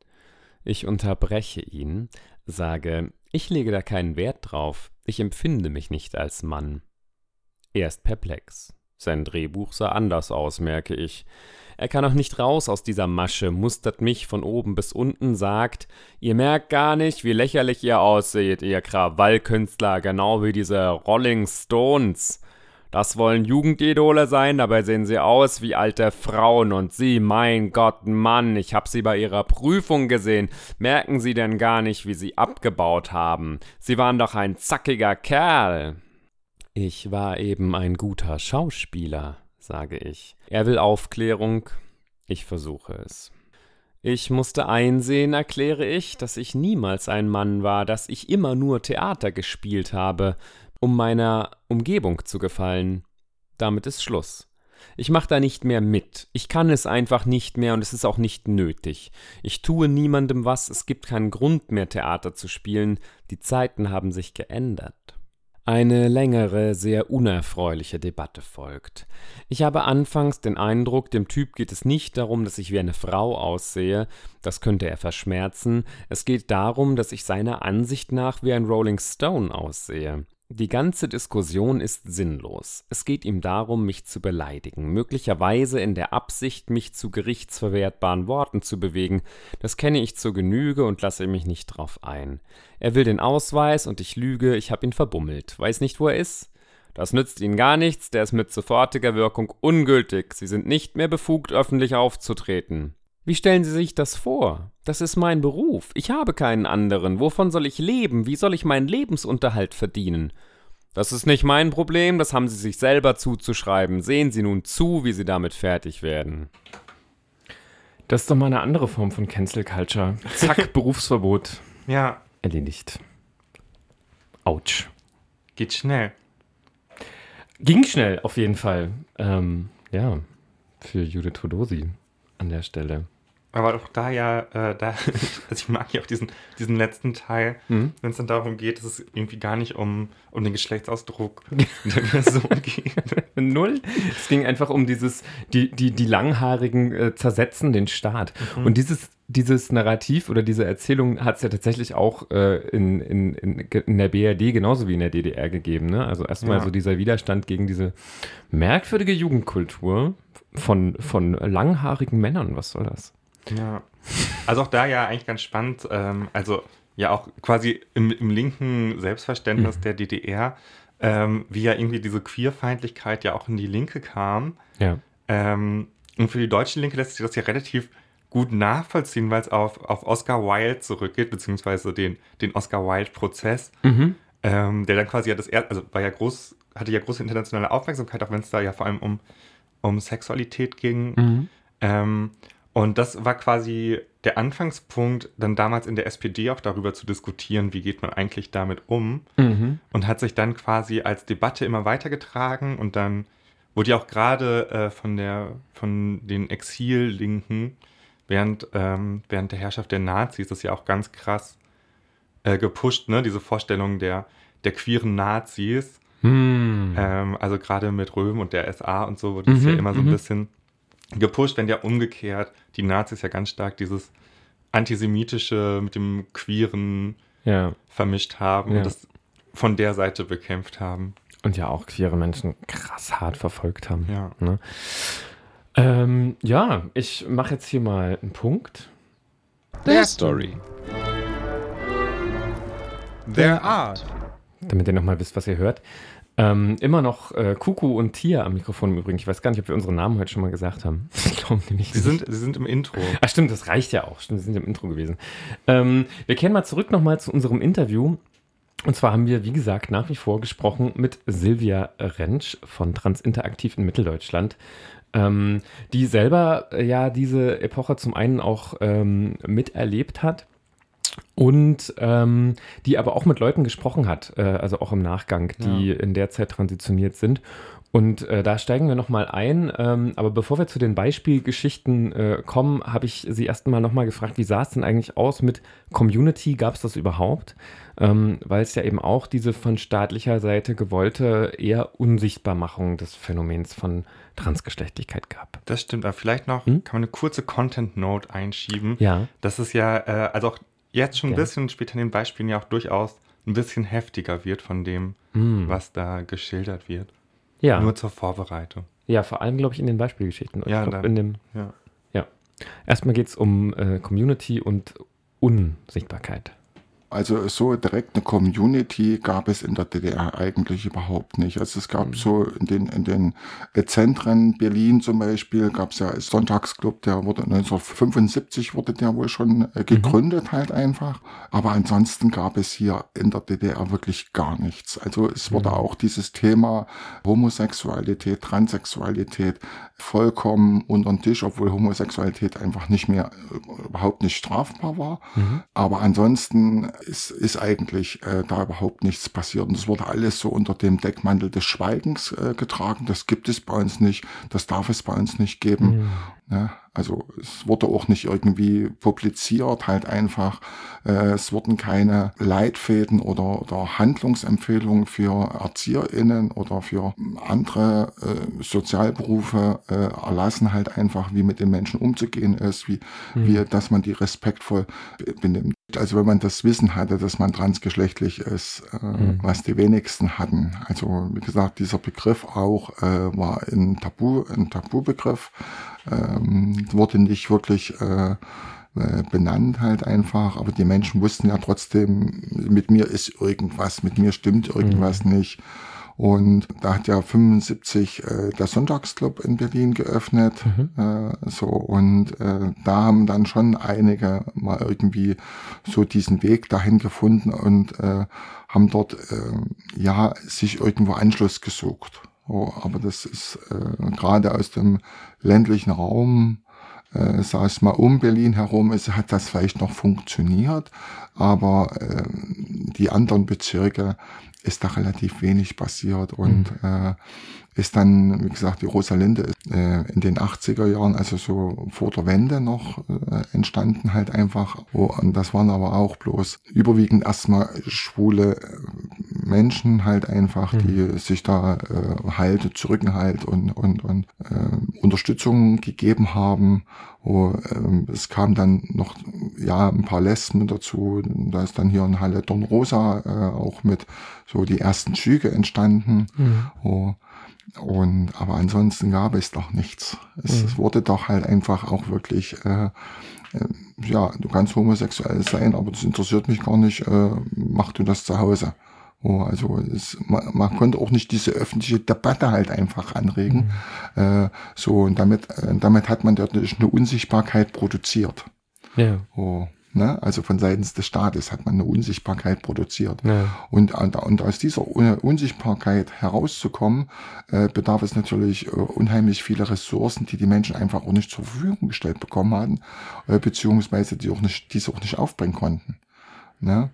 Ich unterbreche ihn, sage, ich lege da keinen Wert drauf, ich empfinde mich nicht als Mann. Er ist perplex. Sein Drehbuch sah anders aus, merke ich. Er kann auch nicht raus aus dieser Masche, mustert mich von oben bis unten, sagt, ihr merkt gar nicht, wie lächerlich ihr ausseht, ihr Krawallkünstler, genau wie diese Rolling Stones. Das wollen Jugendidole sein, dabei sehen sie aus wie alte Frauen und Sie, mein Gott, Mann, ich hab Sie bei Ihrer Prüfung gesehen. Merken Sie denn gar nicht, wie Sie abgebaut haben? Sie waren doch ein zackiger Kerl. Ich war eben ein guter Schauspieler, sage ich. Er will Aufklärung, ich versuche es. Ich musste einsehen, erkläre ich, dass ich niemals ein Mann war, dass ich immer nur Theater gespielt habe, um meiner Umgebung zu gefallen. Damit ist Schluss. Ich mache da nicht mehr mit. Ich kann es einfach nicht mehr und es ist auch nicht nötig. Ich tue niemandem was, es gibt keinen Grund mehr, Theater zu spielen. Die Zeiten haben sich geändert. Eine längere, sehr unerfreuliche Debatte folgt. Ich habe anfangs den Eindruck, dem Typ geht es nicht darum, dass ich wie eine Frau aussehe, das könnte er verschmerzen, es geht darum, dass ich seiner Ansicht nach wie ein Rolling Stone aussehe. Die ganze Diskussion ist sinnlos. Es geht ihm darum, mich zu beleidigen, möglicherweise in der Absicht, mich zu gerichtsverwertbaren Worten zu bewegen. Das kenne ich zur Genüge und lasse mich nicht drauf ein. Er will den Ausweis und ich lüge, ich habe ihn verbummelt. Weiß nicht, wo er ist? Das nützt Ihnen gar nichts, der ist mit sofortiger Wirkung ungültig. Sie sind nicht mehr befugt, öffentlich aufzutreten. Wie stellen Sie sich das vor? Das ist mein Beruf. Ich habe keinen anderen. Wovon soll ich leben? Wie soll ich meinen Lebensunterhalt verdienen? Das ist nicht mein Problem, das haben Sie sich selber zuzuschreiben. Sehen Sie nun zu, wie Sie damit fertig werden. Das ist doch mal eine andere Form von Cancel Culture. Zack, Berufsverbot. Ja. Erledigt. Autsch. Geht schnell. Ging schnell, auf jeden Fall. Ja, für Judith Theodosi an der Stelle. Aber auch da also ich mag ja auch diesen letzten Teil, wenn es dann darum geht, dass es irgendwie gar nicht um den Geschlechtsausdruck der Person geht. Null. Es ging einfach um die Langhaarigen zersetzen den Staat. Und dieses Narrativ oder diese Erzählung hat es ja tatsächlich auch in der BRD genauso wie in der DDR gegeben. Ne? Also erstmal so dieser Widerstand gegen diese merkwürdige Jugendkultur von langhaarigen Männern. Was soll das? Ja, also auch da ja eigentlich ganz spannend, also ja auch quasi im linken Selbstverständnis der DDR, wie ja irgendwie diese Queerfeindlichkeit ja auch in die Linke kam. Ja. Und für die deutsche Linke lässt sich das ja relativ gut nachvollziehen, weil es auf Oscar Wilde zurückgeht, beziehungsweise den Oscar Wilde-Prozess, der dann quasi ja hatte ja große internationale Aufmerksamkeit, auch wenn es da ja vor allem um Sexualität ging. Und das war quasi der Anfangspunkt, dann damals in der SPD auch darüber zu diskutieren, wie geht man eigentlich damit um. Und hat sich dann quasi als Debatte immer weitergetragen. Und dann wurde ja auch gerade von den Exillinken während der Herrschaft der Nazis, das ja auch ganz krass gepusht, ne? Diese Vorstellung der queeren Nazis. Also gerade mit Röhm und der SA und so wurde das ja immer so ein bisschen gepusht, wenn ja umgekehrt die Nazis ja ganz stark dieses Antisemitische mit dem Queeren vermischt haben und das von der Seite bekämpft haben. Und ja auch queere Menschen krass hart verfolgt haben. Ja. Ne? Ich mache jetzt hier mal einen Punkt. Der Story. Their Art. Damit ihr nochmal wisst, was ihr hört. Immer noch Kuku und Tia am Mikrofon im Übrigen. Ich weiß gar nicht, ob wir unsere Namen heute schon mal gesagt haben. Ich glaube nämlich Sie nicht. sind im Intro. Ach stimmt, das reicht ja auch. Stimmt, wir sind im Intro gewesen. Wir kehren mal zurück nochmal zu unserem Interview. Und zwar haben wir, wie gesagt, nach wie vor gesprochen mit Silvia Rentsch von Transinteraktiv in Mitteldeutschland, die selber ja diese Epoche zum einen auch miterlebt hat. Und die aber auch mit Leuten gesprochen hat, also auch im Nachgang, die in der Zeit transitioniert sind. Und da steigen wir nochmal ein. Aber bevor wir zu den Beispielgeschichten kommen, habe ich sie erst mal nochmal gefragt, wie sah es denn eigentlich aus mit Community? Gab es das überhaupt? Weil es ja eben auch diese von staatlicher Seite gewollte eher Unsichtbarmachung des Phänomens von Transgeschlechtlichkeit gab. Das stimmt, aber vielleicht noch kann man eine kurze Content-Note einschieben. Ja. Das ist ja, also auch jetzt schon ein Ja. bisschen, später in den Beispielen ja auch durchaus ein bisschen heftiger wird von dem, was da geschildert wird. Ja. Nur zur Vorbereitung. Ja, vor allem, glaube ich, in den Beispielgeschichten. Ja, ich glaub, dann- Ja. Erstmal geht es um Community und Unsichtbarkeit. Also so direkt eine Community gab es in der DDR eigentlich überhaupt nicht. Also es gab so in den Zentren, Berlin zum Beispiel, gab es ja einen Sonntagsclub, der wurde 1975 wurde der wohl schon gegründet halt einfach. Aber ansonsten gab es hier in der DDR wirklich gar nichts. Also es wurde auch dieses Thema Homosexualität, Transsexualität vollkommen unter den Tisch, obwohl Homosexualität einfach nicht mehr, überhaupt nicht strafbar war. Aber ansonsten ist eigentlich da überhaupt nichts passiert. Und es wurde alles so unter dem Deckmantel des Schweigens getragen. Das gibt es bei uns nicht, das darf es bei uns nicht geben. Ja, also es wurde auch nicht irgendwie publiziert, halt einfach. Es wurden keine Leitfäden oder Handlungsempfehlungen für ErzieherInnen oder für andere Sozialberufe erlassen, halt einfach, wie mit den Menschen umzugehen ist, wie dass man die respektvoll benimmt. Also wenn man das Wissen hatte, dass man transgeschlechtlich ist, was die wenigsten hatten. Also wie gesagt, dieser Begriff auch war ein Tabubegriff, wurde nicht wirklich benannt halt einfach, aber die Menschen wussten ja trotzdem, mit mir ist irgendwas, mit mir stimmt irgendwas nicht. Und da hat ja 75 der Sonntagsclub in Berlin geöffnet. Da haben dann schon einige mal irgendwie so diesen Weg dahin gefunden und haben dort sich irgendwo Anschluss gesucht. Oh, aber das ist gerade aus dem ländlichen Raum, sag ich mal, um Berlin herum hat das vielleicht noch funktioniert, aber die anderen Bezirke ist da relativ wenig passiert und ist dann, wie gesagt, die Rosalinde ist in den 80er Jahren, also so vor der Wende noch entstanden halt einfach. Und das waren aber auch bloß überwiegend erstmal schwule Menschen halt einfach, die sich da Zurückhalt und Unterstützung gegeben haben. Es kam dann noch ein paar Lesben dazu. Da ist dann hier in Halle Dornrosa auch mit so die ersten Züge entstanden. Aber ansonsten gab es doch nichts. Es wurde doch halt einfach auch wirklich, du kannst homosexuell sein, aber das interessiert mich gar nicht, mach du das zu Hause. Man konnte auch nicht diese öffentliche Debatte halt einfach anregen. Und damit hat man natürlich eine Unsichtbarkeit produziert. Ja. Also von seitens des Staates hat man eine Unsichtbarkeit produziert. Ja. Und aus dieser Unsichtbarkeit herauszukommen, bedarf es natürlich unheimlich viele Ressourcen, die Menschen einfach auch nicht zur Verfügung gestellt bekommen hatten, beziehungsweise die sie auch nicht aufbringen konnten. Ne?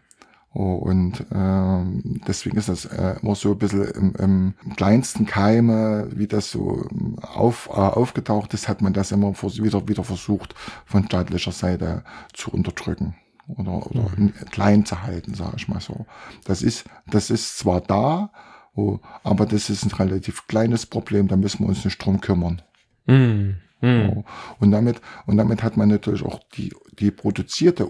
Deswegen ist das immer so ein bisschen im kleinsten Keime, wie das so aufgetaucht ist, hat man das immer wieder versucht, von staatlicher Seite zu unterdrücken oder klein zu halten, sage ich mal so. Das ist zwar da, aber das ist ein relativ kleines Problem, da müssen wir uns nicht drum kümmern. Und damit hat man natürlich auch die produzierte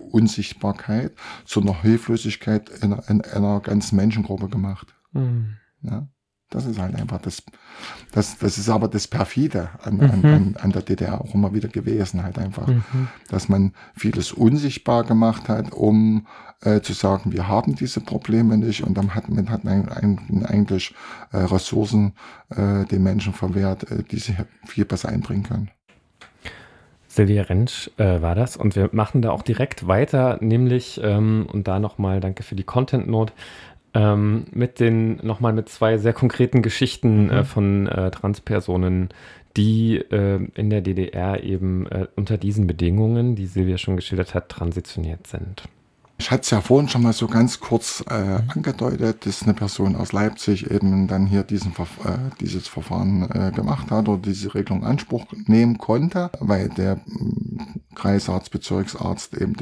Unsichtbarkeit zu einer Hilflosigkeit in einer ganzen Menschengruppe gemacht. Ja? Das ist halt einfach das ist aber das Perfide an der DDR auch immer wieder gewesen, halt einfach, dass man vieles unsichtbar gemacht hat, um zu sagen, wir haben diese Probleme nicht, und dann hat man eigentlich Ressourcen den Menschen verwehrt, die sie viel besser einbringen können. Silvia Rentsch war das, und wir machen da auch direkt weiter, nämlich, und da nochmal danke für die Content Note, mit zwei sehr konkreten Geschichten von Transpersonen, die in der DDR eben unter diesen Bedingungen, die Silvia schon geschildert hat, transitioniert sind. Ich hatte es ja vorhin schon mal so ganz kurz angedeutet, dass eine Person aus Leipzig eben dann hier dieses Verfahren gemacht hat oder diese Regelung in Anspruch nehmen konnte, weil der Kreisarzt, Bezirksarzt eben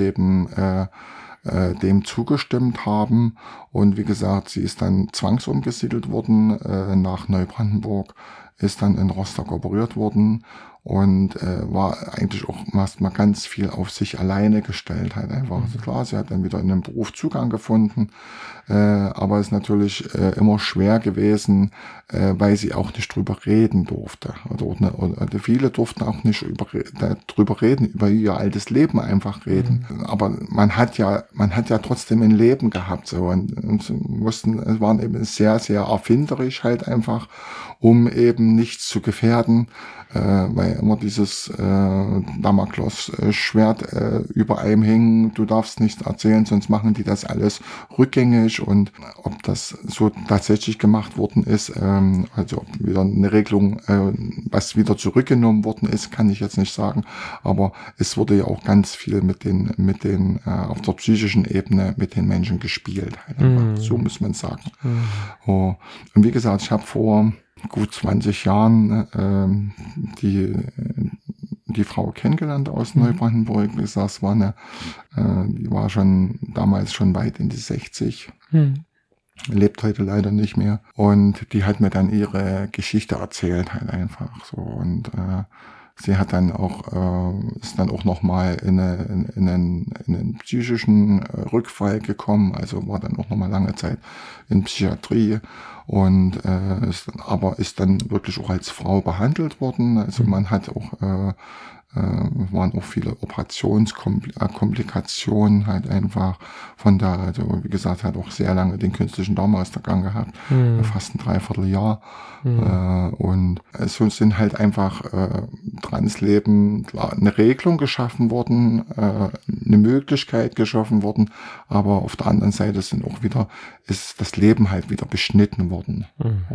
dem zugestimmt haben. Und wie gesagt, sie ist dann zwangsumgesiedelt worden nach Neubrandenburg, ist dann in Rostock operiert worden und war eigentlich auch erstmal ganz viel auf sich alleine gestellt. Halt einfach. Also klar, sie hat dann wieder in den Beruf Zugang gefunden, aber es ist natürlich immer schwer gewesen, weil sie auch nicht drüber reden durfte. Oder viele durften auch nicht drüber reden, über ihr altes Leben einfach reden. Aber man hat ja trotzdem ein Leben gehabt, so, und es waren eben sehr, sehr erfinderisch halt einfach, um eben nichts zu gefährden, weil immer dieses Damoklesschwert über einem hing, du darfst nichts erzählen, sonst machen die das alles rückgängig. Und ob das so tatsächlich gemacht worden ist, also ob wieder eine Regelung, was wieder zurückgenommen worden ist, kann ich jetzt nicht sagen, aber es wurde ja auch ganz viel mit den auf der psychischen Ebene mit den Menschen gespielt, halt. So muss man sagen. Und wie gesagt, ich habe vor gut 20 Jahren die Frau kennengelernt aus Neubrandenburg. Wie gesagt, die war damals schon weit in die 60. Lebt heute leider nicht mehr. Und die hat mir dann ihre Geschichte erzählt, halt einfach so. Und sie hat dann ist dann auch nochmal in einen psychischen Rückfall gekommen, also war dann auch nochmal lange Zeit in Psychiatrie und ist dann wirklich auch als Frau behandelt worden. Also man hat auch waren auch viele Operationskomplikationen halt einfach von da, also wie gesagt, hat auch sehr lange den künstlichen Darmausgang gehabt, fast ein Dreivierteljahr. Und so sind halt einfach Transleben, klar, eine Regelung geschaffen worden, eine Möglichkeit geschaffen worden, aber auf der anderen Seite ist das Leben halt wieder beschnitten worden.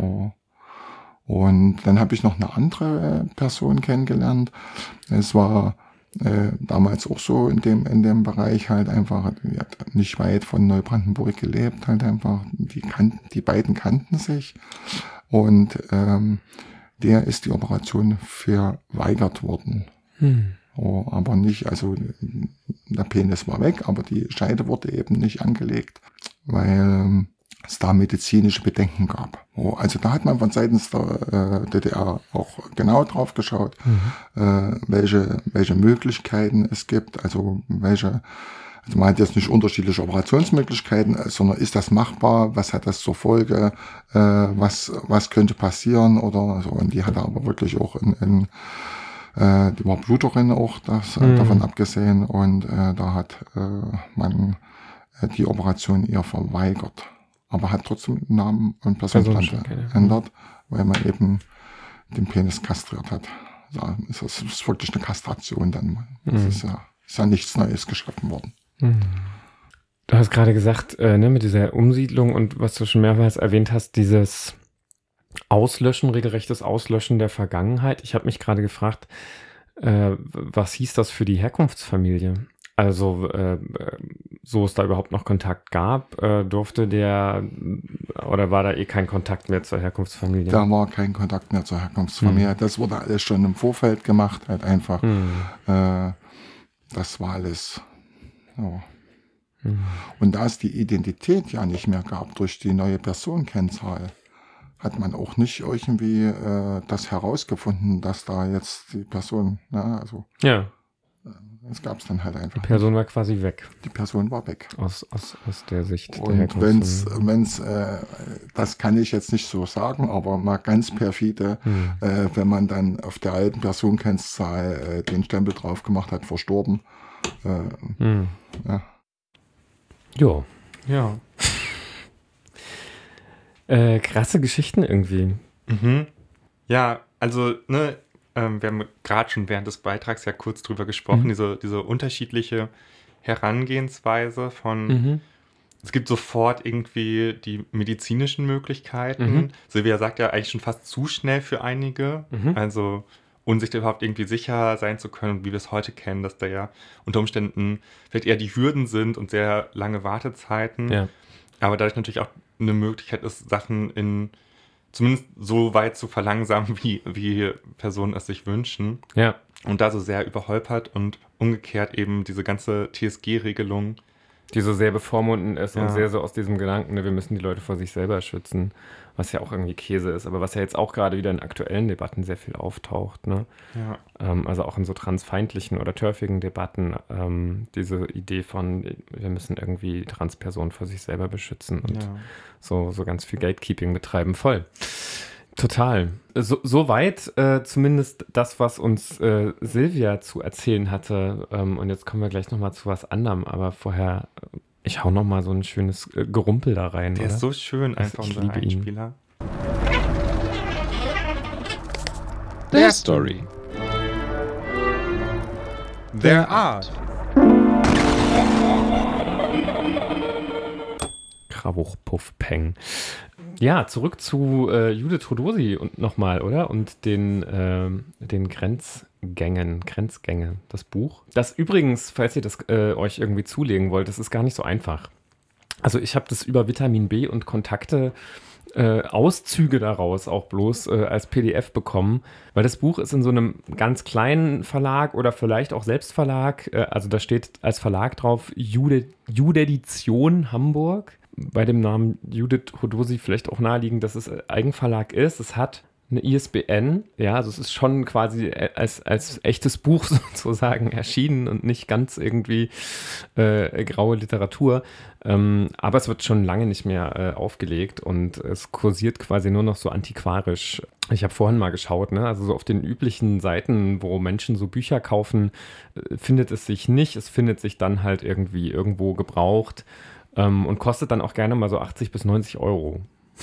Und dann habe ich noch eine andere Person kennengelernt. Es war damals auch so in dem Bereich halt einfach, die hat nicht weit von Neubrandenburg gelebt, halt einfach, die beiden kannten sich, und der ist die Operation verweigert worden. Aber nicht, also der Penis war weg, aber die Scheide wurde eben nicht angelegt, weil es da medizinische Bedenken gab. Also da hat man von seitens der DDR auch genau drauf geschaut, welche Möglichkeiten es gibt, also man hat jetzt nicht unterschiedliche Operationsmöglichkeiten, sondern ist das machbar, was hat das zur Folge, was könnte passieren oder so. Und die hatte aber wirklich auch die war Bluterin auch, davon abgesehen, und da hat man die Operation eher verweigert. Aber hat trotzdem Namen und Personenstand geändert, weil man eben den Penis kastriert hat. Also das ist wirklich eine Kastration dann. Das ist ja nichts Neues geschaffen worden. Du hast gerade gesagt, mit dieser Umsiedlung und was du schon mehrmals erwähnt hast, dieses Auslöschen, regelrechtes Auslöschen der Vergangenheit. Ich habe mich gerade gefragt, was hieß das für die Herkunftsfamilie? Also, so es da überhaupt noch Kontakt gab, durfte oder war da kein Kontakt mehr zur Herkunftsfamilie? Da war kein Kontakt mehr zur Herkunftsfamilie. Das wurde alles schon im Vorfeld gemacht, halt einfach. Das war alles. So. Und da es die Identität ja nicht mehr gab durch die neue Personenkennzahl, hat man auch nicht irgendwie das herausgefunden, dass da jetzt die Person, es gab es dann halt einfach. Die Person war quasi weg. Die Person war weg. Aus der Sicht der Und Herkunft. wenn's, das kann ich jetzt nicht so sagen, aber mal ganz perfide, wenn man dann auf der alten Personenkennzahl den Stempel drauf gemacht hat, verstorben. Ja. Jo. Ja. Krasse Geschichten irgendwie. Mhm. Ja, also, ne, wir haben gerade schon während des Beitrags ja kurz drüber gesprochen, diese unterschiedliche Herangehensweise von, es gibt sofort irgendwie die medizinischen Möglichkeiten. Silvia sagt ja eigentlich schon fast zu schnell für einige, also ohne sich da überhaupt irgendwie sicher sein zu können, wie wir es heute kennen, dass da ja unter Umständen vielleicht eher die Hürden sind und sehr lange Wartezeiten, Ja. aber dadurch natürlich auch eine Möglichkeit ist, Sachen zumindest so weit zu verlangsamen, wie Personen es sich wünschen. Ja. Und da so sehr überholpert und umgekehrt eben diese ganze TSG-Regelung. Die so sehr bevormunden ist und Ja. sehr so aus diesem Gedanken, ne, wir müssen die Leute vor sich selber schützen, was ja auch irgendwie Käse ist, aber was ja jetzt auch gerade wieder in aktuellen Debatten sehr viel auftaucht, ne? Ja. Also auch in so transfeindlichen oder turfigen Debatten, diese Idee von, wir müssen irgendwie Transpersonen vor sich selber beschützen und Ja. so ganz viel Gatekeeping betreiben. Voll. Total. Soweit zumindest das, was uns Silvia zu erzählen hatte. Und jetzt kommen wir gleich nochmal zu was anderem. Aber vorher, ich hau nochmal so ein schönes Gerumpel da rein. Der oder? ist so schön, einfach ich unser liebe ihn. Einspieler. Their Story. Their art. Krawuch, Puff, Peng. Ja, zurück zu Judith Thodosi und nochmal, oder? Und den Grenzgänge, das Buch. Das übrigens, falls ihr das euch irgendwie zulegen wollt, das ist gar nicht so einfach. Also ich habe das über Vitamin B und Kontakte Auszüge daraus auch bloß als PDF bekommen, weil das Buch ist in so einem ganz kleinen Verlag oder vielleicht auch Selbstverlag, also da steht als Verlag drauf Judedition Hamburg. Bei dem Namen Judith Thodosi vielleicht auch naheliegend, dass es Eigenverlag ist. Es hat eine ISBN, ja, also es ist schon quasi als echtes Buch sozusagen erschienen und nicht ganz irgendwie graue Literatur. Aber es wird schon lange nicht mehr aufgelegt und es kursiert quasi nur noch so antiquarisch. Ich habe vorhin mal geschaut, ne? Also so auf den üblichen Seiten, wo Menschen so Bücher kaufen, findet es sich nicht. Es findet sich dann halt irgendwie irgendwo gebraucht. Und kostet dann auch gerne mal so 80 bis 90 Euro.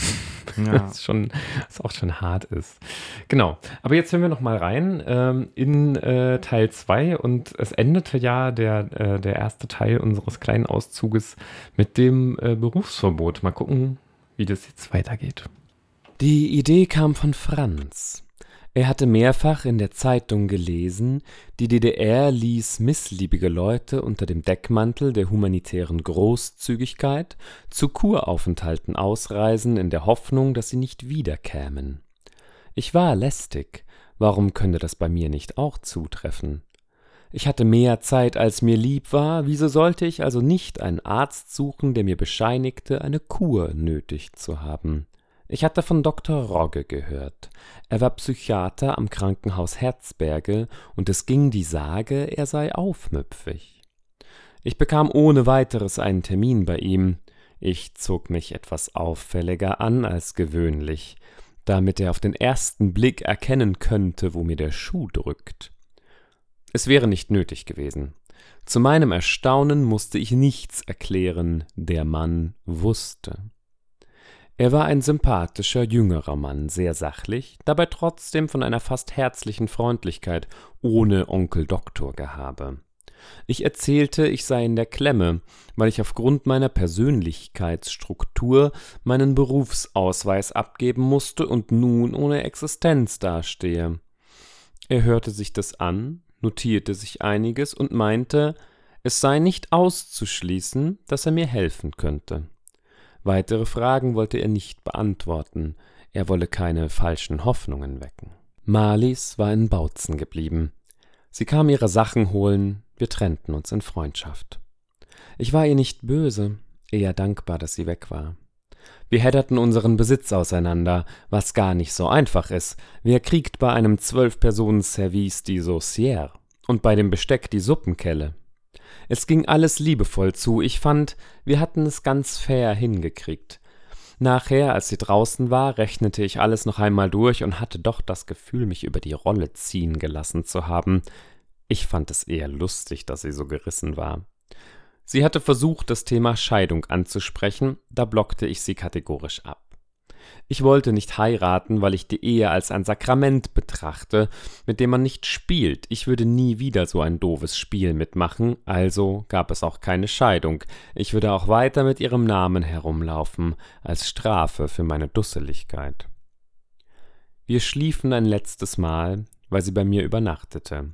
Ja. Was auch schon hart ist. Genau. Aber jetzt hören wir noch mal rein in Teil 2 und es endete ja der erste Teil unseres kleinen Auszuges mit dem Berufsverbot. Mal gucken, wie das jetzt weitergeht. Die Idee kam von Franz. Er hatte mehrfach in der Zeitung gelesen, die DDR ließ missliebige Leute unter dem Deckmantel der humanitären Großzügigkeit zu Kuraufenthalten ausreisen, in der Hoffnung, dass sie nicht wiederkämen. Ich war lästig, warum könnte das bei mir nicht auch zutreffen? Ich hatte mehr Zeit, als mir lieb war, wieso sollte ich also nicht einen Arzt suchen, der mir bescheinigte, eine Kur nötig zu haben? Ich hatte von Dr. Rogge gehört. Er war Psychiater am Krankenhaus Herzberge und es ging die Sage, er sei aufmüpfig. Ich bekam ohne weiteres einen Termin bei ihm. Ich zog mich etwas auffälliger an als gewöhnlich, damit er auf den ersten Blick erkennen könnte, wo mir der Schuh drückt. Es wäre nicht nötig gewesen. Zu meinem Erstaunen musste ich nichts erklären, der Mann wusste. Er war ein sympathischer, jüngerer Mann, sehr sachlich, dabei trotzdem von einer fast herzlichen Freundlichkeit, ohne Onkel-Doktor-Gehabe. Ich erzählte, ich sei in der Klemme, weil ich aufgrund meiner Persönlichkeitsstruktur meinen Berufsausweis abgeben musste und nun ohne Existenz dastehe. Er hörte sich das an, notierte sich einiges und meinte, es sei nicht auszuschließen, dass er mir helfen könnte. Weitere Fragen wollte er nicht beantworten, er wolle keine falschen Hoffnungen wecken. Marlies war in Bautzen geblieben. Sie kam ihre Sachen holen, wir trennten uns in Freundschaft. Ich war ihr nicht böse, eher dankbar, dass sie weg war. Wir hedderten unseren Besitz auseinander, was gar nicht so einfach ist. Wer kriegt bei einem 12-Personen-Service die Saucière? Und bei dem Besteck die Suppenkelle. Es ging alles liebevoll zu. Ich fand, wir hatten es ganz fair hingekriegt. Nachher, als sie draußen war, rechnete ich alles noch einmal durch und hatte doch das Gefühl, mich über die Rolle ziehen gelassen zu haben. Ich fand es eher lustig, dass sie so gerissen war. Sie hatte versucht, das Thema Scheidung anzusprechen, da blockte ich sie kategorisch ab. Ich wollte nicht heiraten, weil ich die Ehe als ein Sakrament betrachte, mit dem man nicht spielt. Ich würde nie wieder so ein doofes Spiel mitmachen, also gab es auch keine Scheidung. Ich würde auch weiter mit ihrem Namen herumlaufen, als Strafe für meine Dusseligkeit. Wir schliefen ein letztes Mal, weil sie bei mir übernachtete.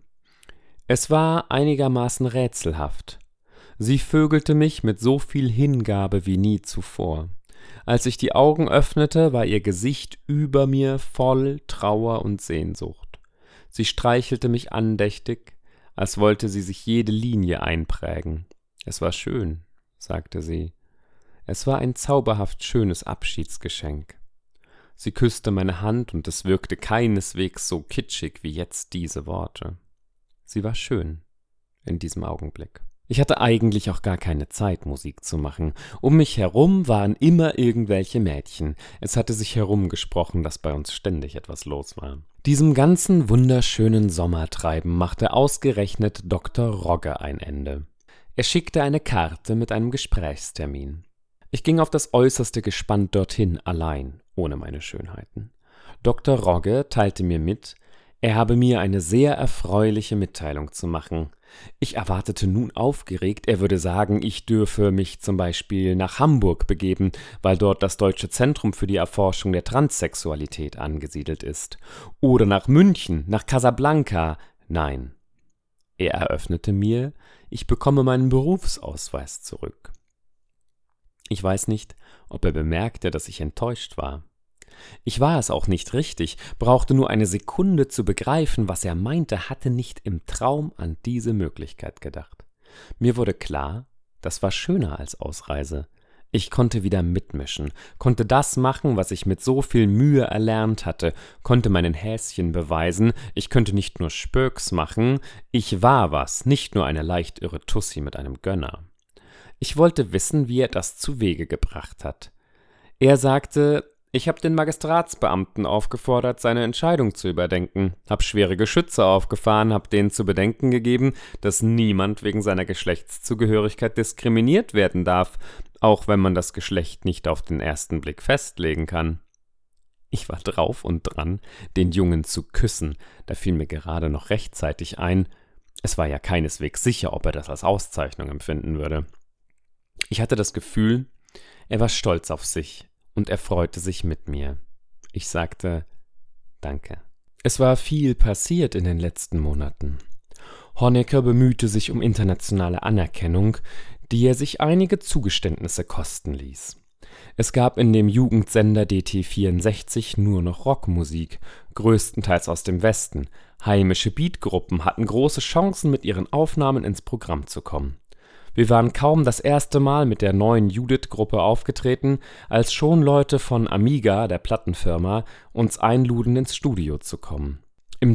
Es war einigermaßen rätselhaft. Sie vögelte mich mit so viel Hingabe wie nie zuvor. Als ich die Augen öffnete, war ihr Gesicht über mir voll Trauer und Sehnsucht. Sie streichelte mich andächtig, als wollte sie sich jede Linie einprägen. Es war schön, sagte sie. Es war ein zauberhaft schönes Abschiedsgeschenk. Sie küsste meine Hand und es wirkte keineswegs so kitschig wie jetzt diese Worte. Sie war schön in diesem Augenblick. Ich hatte eigentlich auch gar keine Zeit, Musik zu machen. Um mich herum waren immer irgendwelche Mädchen. Es hatte sich herumgesprochen, dass bei uns ständig etwas los war. Diesem ganzen wunderschönen Sommertreiben machte ausgerechnet Dr. Rogge ein Ende. Er schickte eine Karte mit einem Gesprächstermin. Ich ging auf das Äußerste gespannt dorthin, allein, ohne meine Schönheiten. Dr. Rogge teilte mir mit, er habe mir eine sehr erfreuliche Mitteilung zu machen. Ich erwartete nun aufgeregt, er würde sagen, ich dürfe mich zum Beispiel nach Hamburg begeben, weil dort das Deutsche Zentrum für die Erforschung der Transsexualität angesiedelt ist. Oder nach München, nach Casablanca. Nein. Er eröffnete mir, ich bekomme meinen Berufsausweis zurück. Ich weiß nicht, ob er bemerkte, dass ich enttäuscht war. Ich war es auch nicht richtig, brauchte nur eine Sekunde zu begreifen, was er meinte, hatte nicht im Traum an diese Möglichkeit gedacht. Mir wurde klar, das war schöner als Ausreise. Ich konnte wieder mitmischen, konnte das machen, was ich mit so viel Mühe erlernt hatte, konnte meinen Häschen beweisen, ich könnte nicht nur Spöks machen, ich war was, nicht nur eine leicht irre Tussi mit einem Gönner. Ich wollte wissen, wie er das zu Wege gebracht hat. Er sagte, ich habe den Magistratsbeamten aufgefordert, seine Entscheidung zu überdenken, habe schwere Geschütze aufgefahren, habe denen zu bedenken gegeben, dass niemand wegen seiner Geschlechtszugehörigkeit diskriminiert werden darf, auch wenn man das Geschlecht nicht auf den ersten Blick festlegen kann. Ich war drauf und dran, den Jungen zu küssen, da fiel mir gerade noch rechtzeitig ein, es war ja keineswegs sicher, ob er das als Auszeichnung empfinden würde. Ich hatte das Gefühl, er war stolz auf sich. Und er freute sich mit mir. Ich sagte, danke. Es war viel passiert in den letzten Monaten. Honecker bemühte sich um internationale Anerkennung, die er sich einige Zugeständnisse kosten ließ. Es gab in dem Jugendsender DT64 nur noch Rockmusik, größtenteils aus dem Westen. Heimische Beatgruppen hatten große Chancen, mit ihren Aufnahmen ins Programm zu kommen. Wir waren kaum das erste Mal mit der neuen Judith-Gruppe aufgetreten, als schon Leute von Amiga, der Plattenfirma, uns einluden, ins Studio zu kommen. Im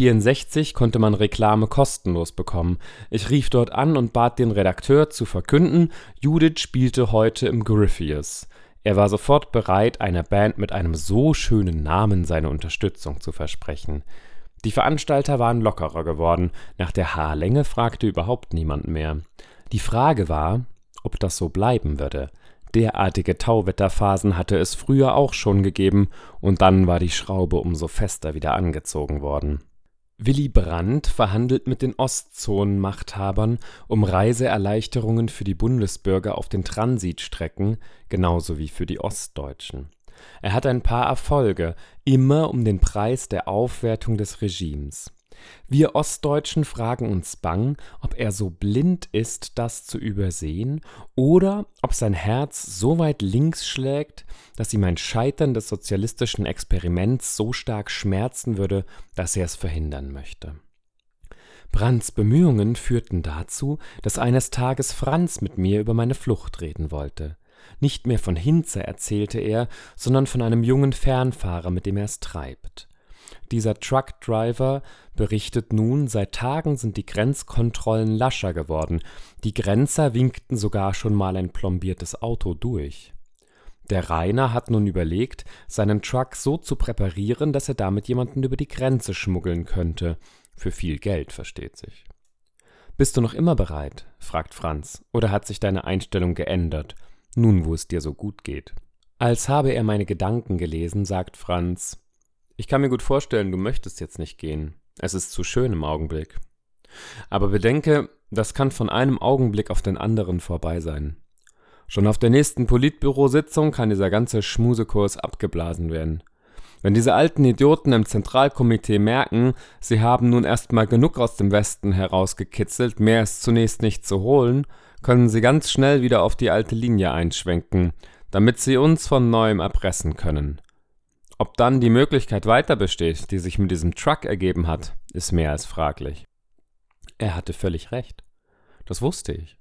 DT64 konnte man Reklame kostenlos bekommen. Ich rief dort an und bat den Redakteur zu verkünden, Judith spielte heute im Gryphius. Er war sofort bereit, einer Band mit einem so schönen Namen seine Unterstützung zu versprechen. Die Veranstalter waren lockerer geworden, nach der Haarlänge fragte überhaupt niemand mehr. Die Frage war, ob das so bleiben würde. Derartige Tauwetterphasen hatte es früher auch schon gegeben, und dann war die Schraube umso fester wieder angezogen worden. Willy Brandt verhandelt mit den Ostzonenmachthabern um Reiseerleichterungen für die Bundesbürger auf den Transitstrecken, genauso wie für die Ostdeutschen. Er hat ein paar Erfolge, immer um den Preis der Aufwertung des Regimes. Wir Ostdeutschen fragen uns bang, ob er so blind ist, das zu übersehen, oder ob sein Herz so weit links schlägt, dass ihm ein Scheitern des sozialistischen Experiments so stark schmerzen würde, dass er es verhindern möchte. Brandts Bemühungen führten dazu, dass eines Tages Franz mit mir über meine Flucht reden wollte. Nicht mehr von Hinze erzählte er, sondern von einem jungen Fernfahrer, mit dem er es treibt. Dieser Truckdriver berichtet nun, seit Tagen sind die Grenzkontrollen lascher geworden. Die Grenzer winkten sogar schon mal ein plombiertes Auto durch. Der Rainer hat nun überlegt, seinen Truck so zu präparieren, dass er damit jemanden über die Grenze schmuggeln könnte. Für viel Geld, versteht sich. »Bist du noch immer bereit?« fragt Franz. »Oder hat sich deine Einstellung geändert, nun wo es dir so gut geht?« Als habe er meine Gedanken gelesen, sagt Franz: »Ich kann mir gut vorstellen, du möchtest jetzt nicht gehen. Es ist zu schön im Augenblick. Aber bedenke, das kann von einem Augenblick auf den anderen vorbei sein. Schon auf der nächsten Politbürositzung kann dieser ganze Schmusekurs abgeblasen werden. Wenn diese alten Idioten im Zentralkomitee merken, sie haben nun erstmal genug aus dem Westen herausgekitzelt, mehr ist zunächst nicht zu holen, können sie ganz schnell wieder auf die alte Linie einschwenken, damit sie uns von neuem erpressen können. Ob dann die Möglichkeit weiter besteht, die sich mit diesem Truck ergeben hat, ist mehr als fraglich.« Er hatte völlig recht. Das wusste ich.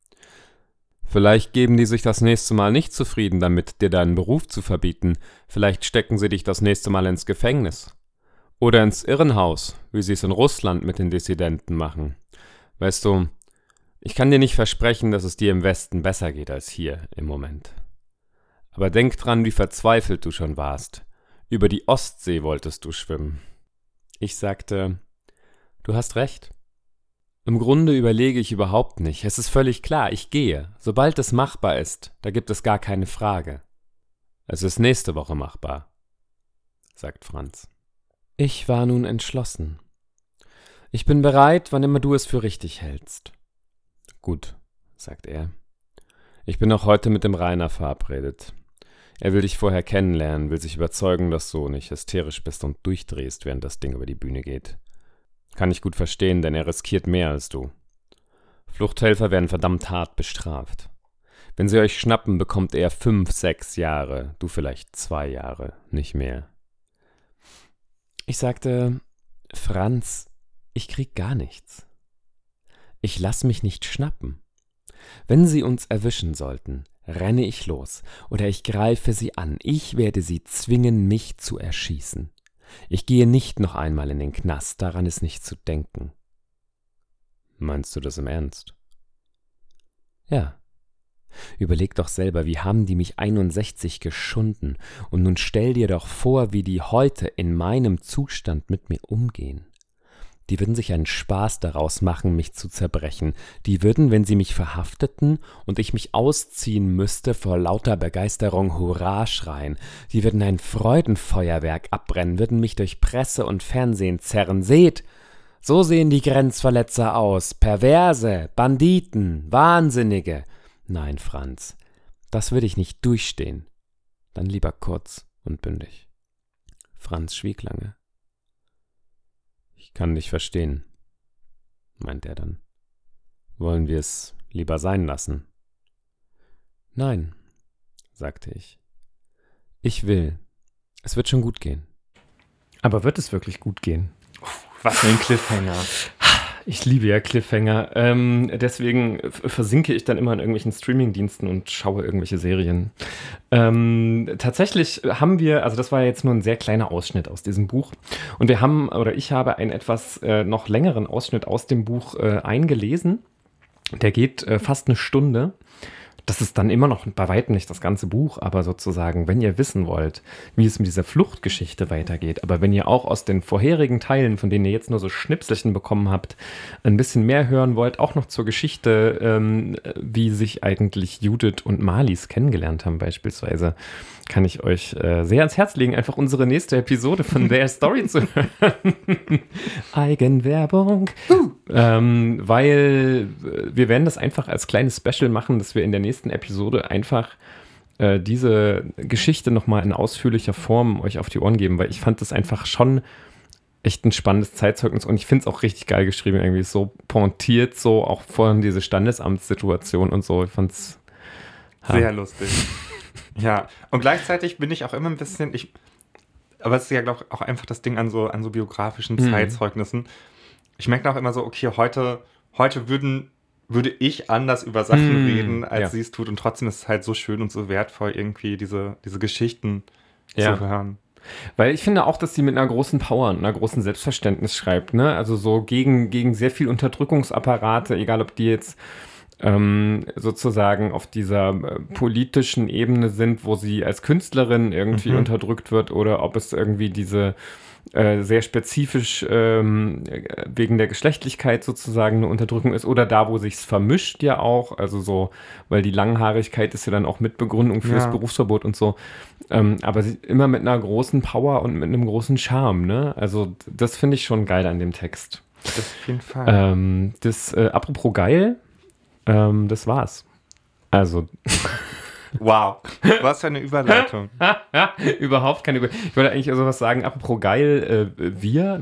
Vielleicht geben die sich das nächste Mal nicht zufrieden damit, dir deinen Beruf zu verbieten. Vielleicht stecken sie dich das nächste Mal ins Gefängnis. Oder ins Irrenhaus, wie sie es in Russland mit den Dissidenten machen. Weißt du, ich kann dir nicht versprechen, dass es dir im Westen besser geht als hier im Moment. Aber denk dran, wie verzweifelt du schon warst. Über die Ostsee wolltest du schwimmen. Ich sagte, du hast recht. Im Grunde überlege ich überhaupt nicht. Es ist völlig klar, ich gehe. Sobald es machbar ist, da gibt es gar keine Frage. Es ist nächste Woche machbar, sagt Franz. Ich war nun entschlossen. Ich bin bereit, wann immer du es für richtig hältst. Gut, sagt er. Ich bin auch heute mit dem Rainer verabredet. Er will dich vorher kennenlernen, will sich überzeugen, dass du nicht hysterisch bist und durchdrehst, während das Ding über die Bühne geht. Kann ich gut verstehen, denn er riskiert mehr als du. Fluchthelfer werden verdammt hart bestraft. Wenn sie euch schnappen, bekommt er 5, 6 Jahre, du vielleicht 2 Jahre, nicht mehr. Ich sagte, Franz, ich krieg gar nichts. Ich lass mich nicht schnappen. Wenn sie uns erwischen sollten, renne ich los oder ich greife sie an. Ich werde sie zwingen, mich zu erschießen. Ich gehe nicht noch einmal in den Knast, daran ist nicht zu denken. Meinst du das im Ernst? Ja. Überleg doch selber, wie haben die mich 61 geschunden und nun stell dir doch vor, wie die heute in meinem Zustand mit mir umgehen. Die würden sich einen Spaß daraus machen, mich zu zerbrechen. Die würden, wenn sie mich verhafteten und ich mich ausziehen müsste, vor lauter Begeisterung Hurra schreien. Die würden ein Freudenfeuerwerk abbrennen, würden mich durch Presse und Fernsehen zerren. Seht, so sehen die Grenzverletzer aus. Perverse, Banditen, Wahnsinnige. Nein, Franz, das würde ich nicht durchstehen. Dann lieber kurz und bündig. Franz schwieg lange. »Ich kann dich verstehen«, meint er dann. »Wollen wir es lieber sein lassen?« »Nein«, sagte ich. »Ich will. Es wird schon gut gehen.« Aber wird es wirklich gut gehen? Was für ein Cliffhanger. Ich liebe ja Cliffhanger. Deswegen versinke ich dann immer in irgendwelchen Streamingdiensten und schaue irgendwelche Serien. Tatsächlich haben wir, also das war jetzt nur ein sehr kleiner Ausschnitt aus diesem Buch. Und ich habe einen etwas noch längeren Ausschnitt aus dem Buch eingelesen. Der geht fast eine Stunde. Das ist dann immer noch bei weitem nicht das ganze Buch, aber sozusagen, wenn ihr wissen wollt, wie es mit dieser Fluchtgeschichte weitergeht, aber wenn ihr auch aus den vorherigen Teilen, von denen ihr jetzt nur so Schnipselchen bekommen habt, ein bisschen mehr hören wollt, auch noch zur Geschichte, wie sich eigentlich Judith und Marlies kennengelernt haben beispielsweise, kann ich euch sehr ans Herz legen, einfach unsere nächste Episode von Their Story zu hören. Eigenwerbung. Weil wir werden das einfach als kleines Special machen, dass wir in der nächsten Episode einfach diese Geschichte nochmal in ausführlicher Form euch auf die Ohren geben, weil ich fand das einfach schon echt ein spannendes Zeitzeugnis und ich finde es auch richtig geil geschrieben, irgendwie so pointiert, so auch vorhin diese Standesamtssituation und so. Ich fand es sehr lustig. Ja, und gleichzeitig bin ich auch immer ein bisschen, aber es ist ja, glaube ich, auch einfach das Ding an so biografischen Zeitzeugnissen. Ich merke auch immer so, okay, heute würde ich anders über Sachen reden, als sie es tut. Und trotzdem ist es halt so schön und so wertvoll, irgendwie diese Geschichten zu hören. Weil ich finde auch, dass sie mit einer großen Power und einer großen Selbstverständnis schreibt, ne? Also so gegen sehr viel Unterdrückungsapparate, egal ob die jetzt sozusagen auf dieser politischen Ebene sind, wo sie als Künstlerin irgendwie unterdrückt wird, oder ob es irgendwie diese sehr spezifisch wegen der Geschlechtlichkeit sozusagen eine Unterdrückung ist, oder da, wo sich's vermischt ja auch, also so, weil die Langhaarigkeit ist ja dann auch Mitbegründung fürs Berufsverbot und so, aber sie immer mit einer großen Power und mit einem großen Charme, ne? Also das finde ich schon geil an dem Text. Das auf jeden Fall. Apropos geil, das war's. Also Wow, was für eine Überleitung. überhaupt keine Überleitung. Ich wollte eigentlich sowas sagen, apropos geil, wir.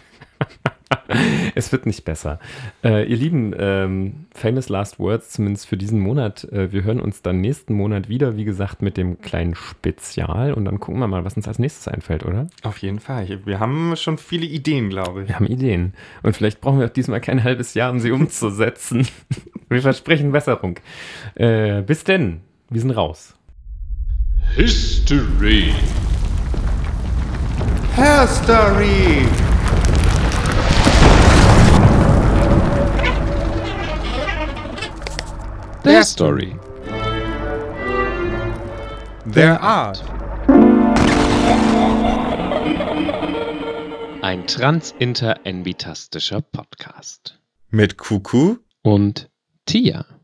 Es wird nicht besser. Ihr Lieben, famous last words, zumindest für diesen Monat. Wir hören uns dann nächsten Monat wieder, wie gesagt, mit dem kleinen Spezial. Und dann gucken wir mal, was uns als nächstes einfällt, oder? Auf jeden Fall. Wir haben schon viele Ideen, glaube ich. Wir haben Ideen. Und vielleicht brauchen wir auch diesmal kein halbes Jahr, um sie umzusetzen. Wir versprechen Besserung. Bis denn. Wir sind raus. History. History. Their story. Their art. Ein transinter-envitastischer Podcast. Mit Kuku Und Tia.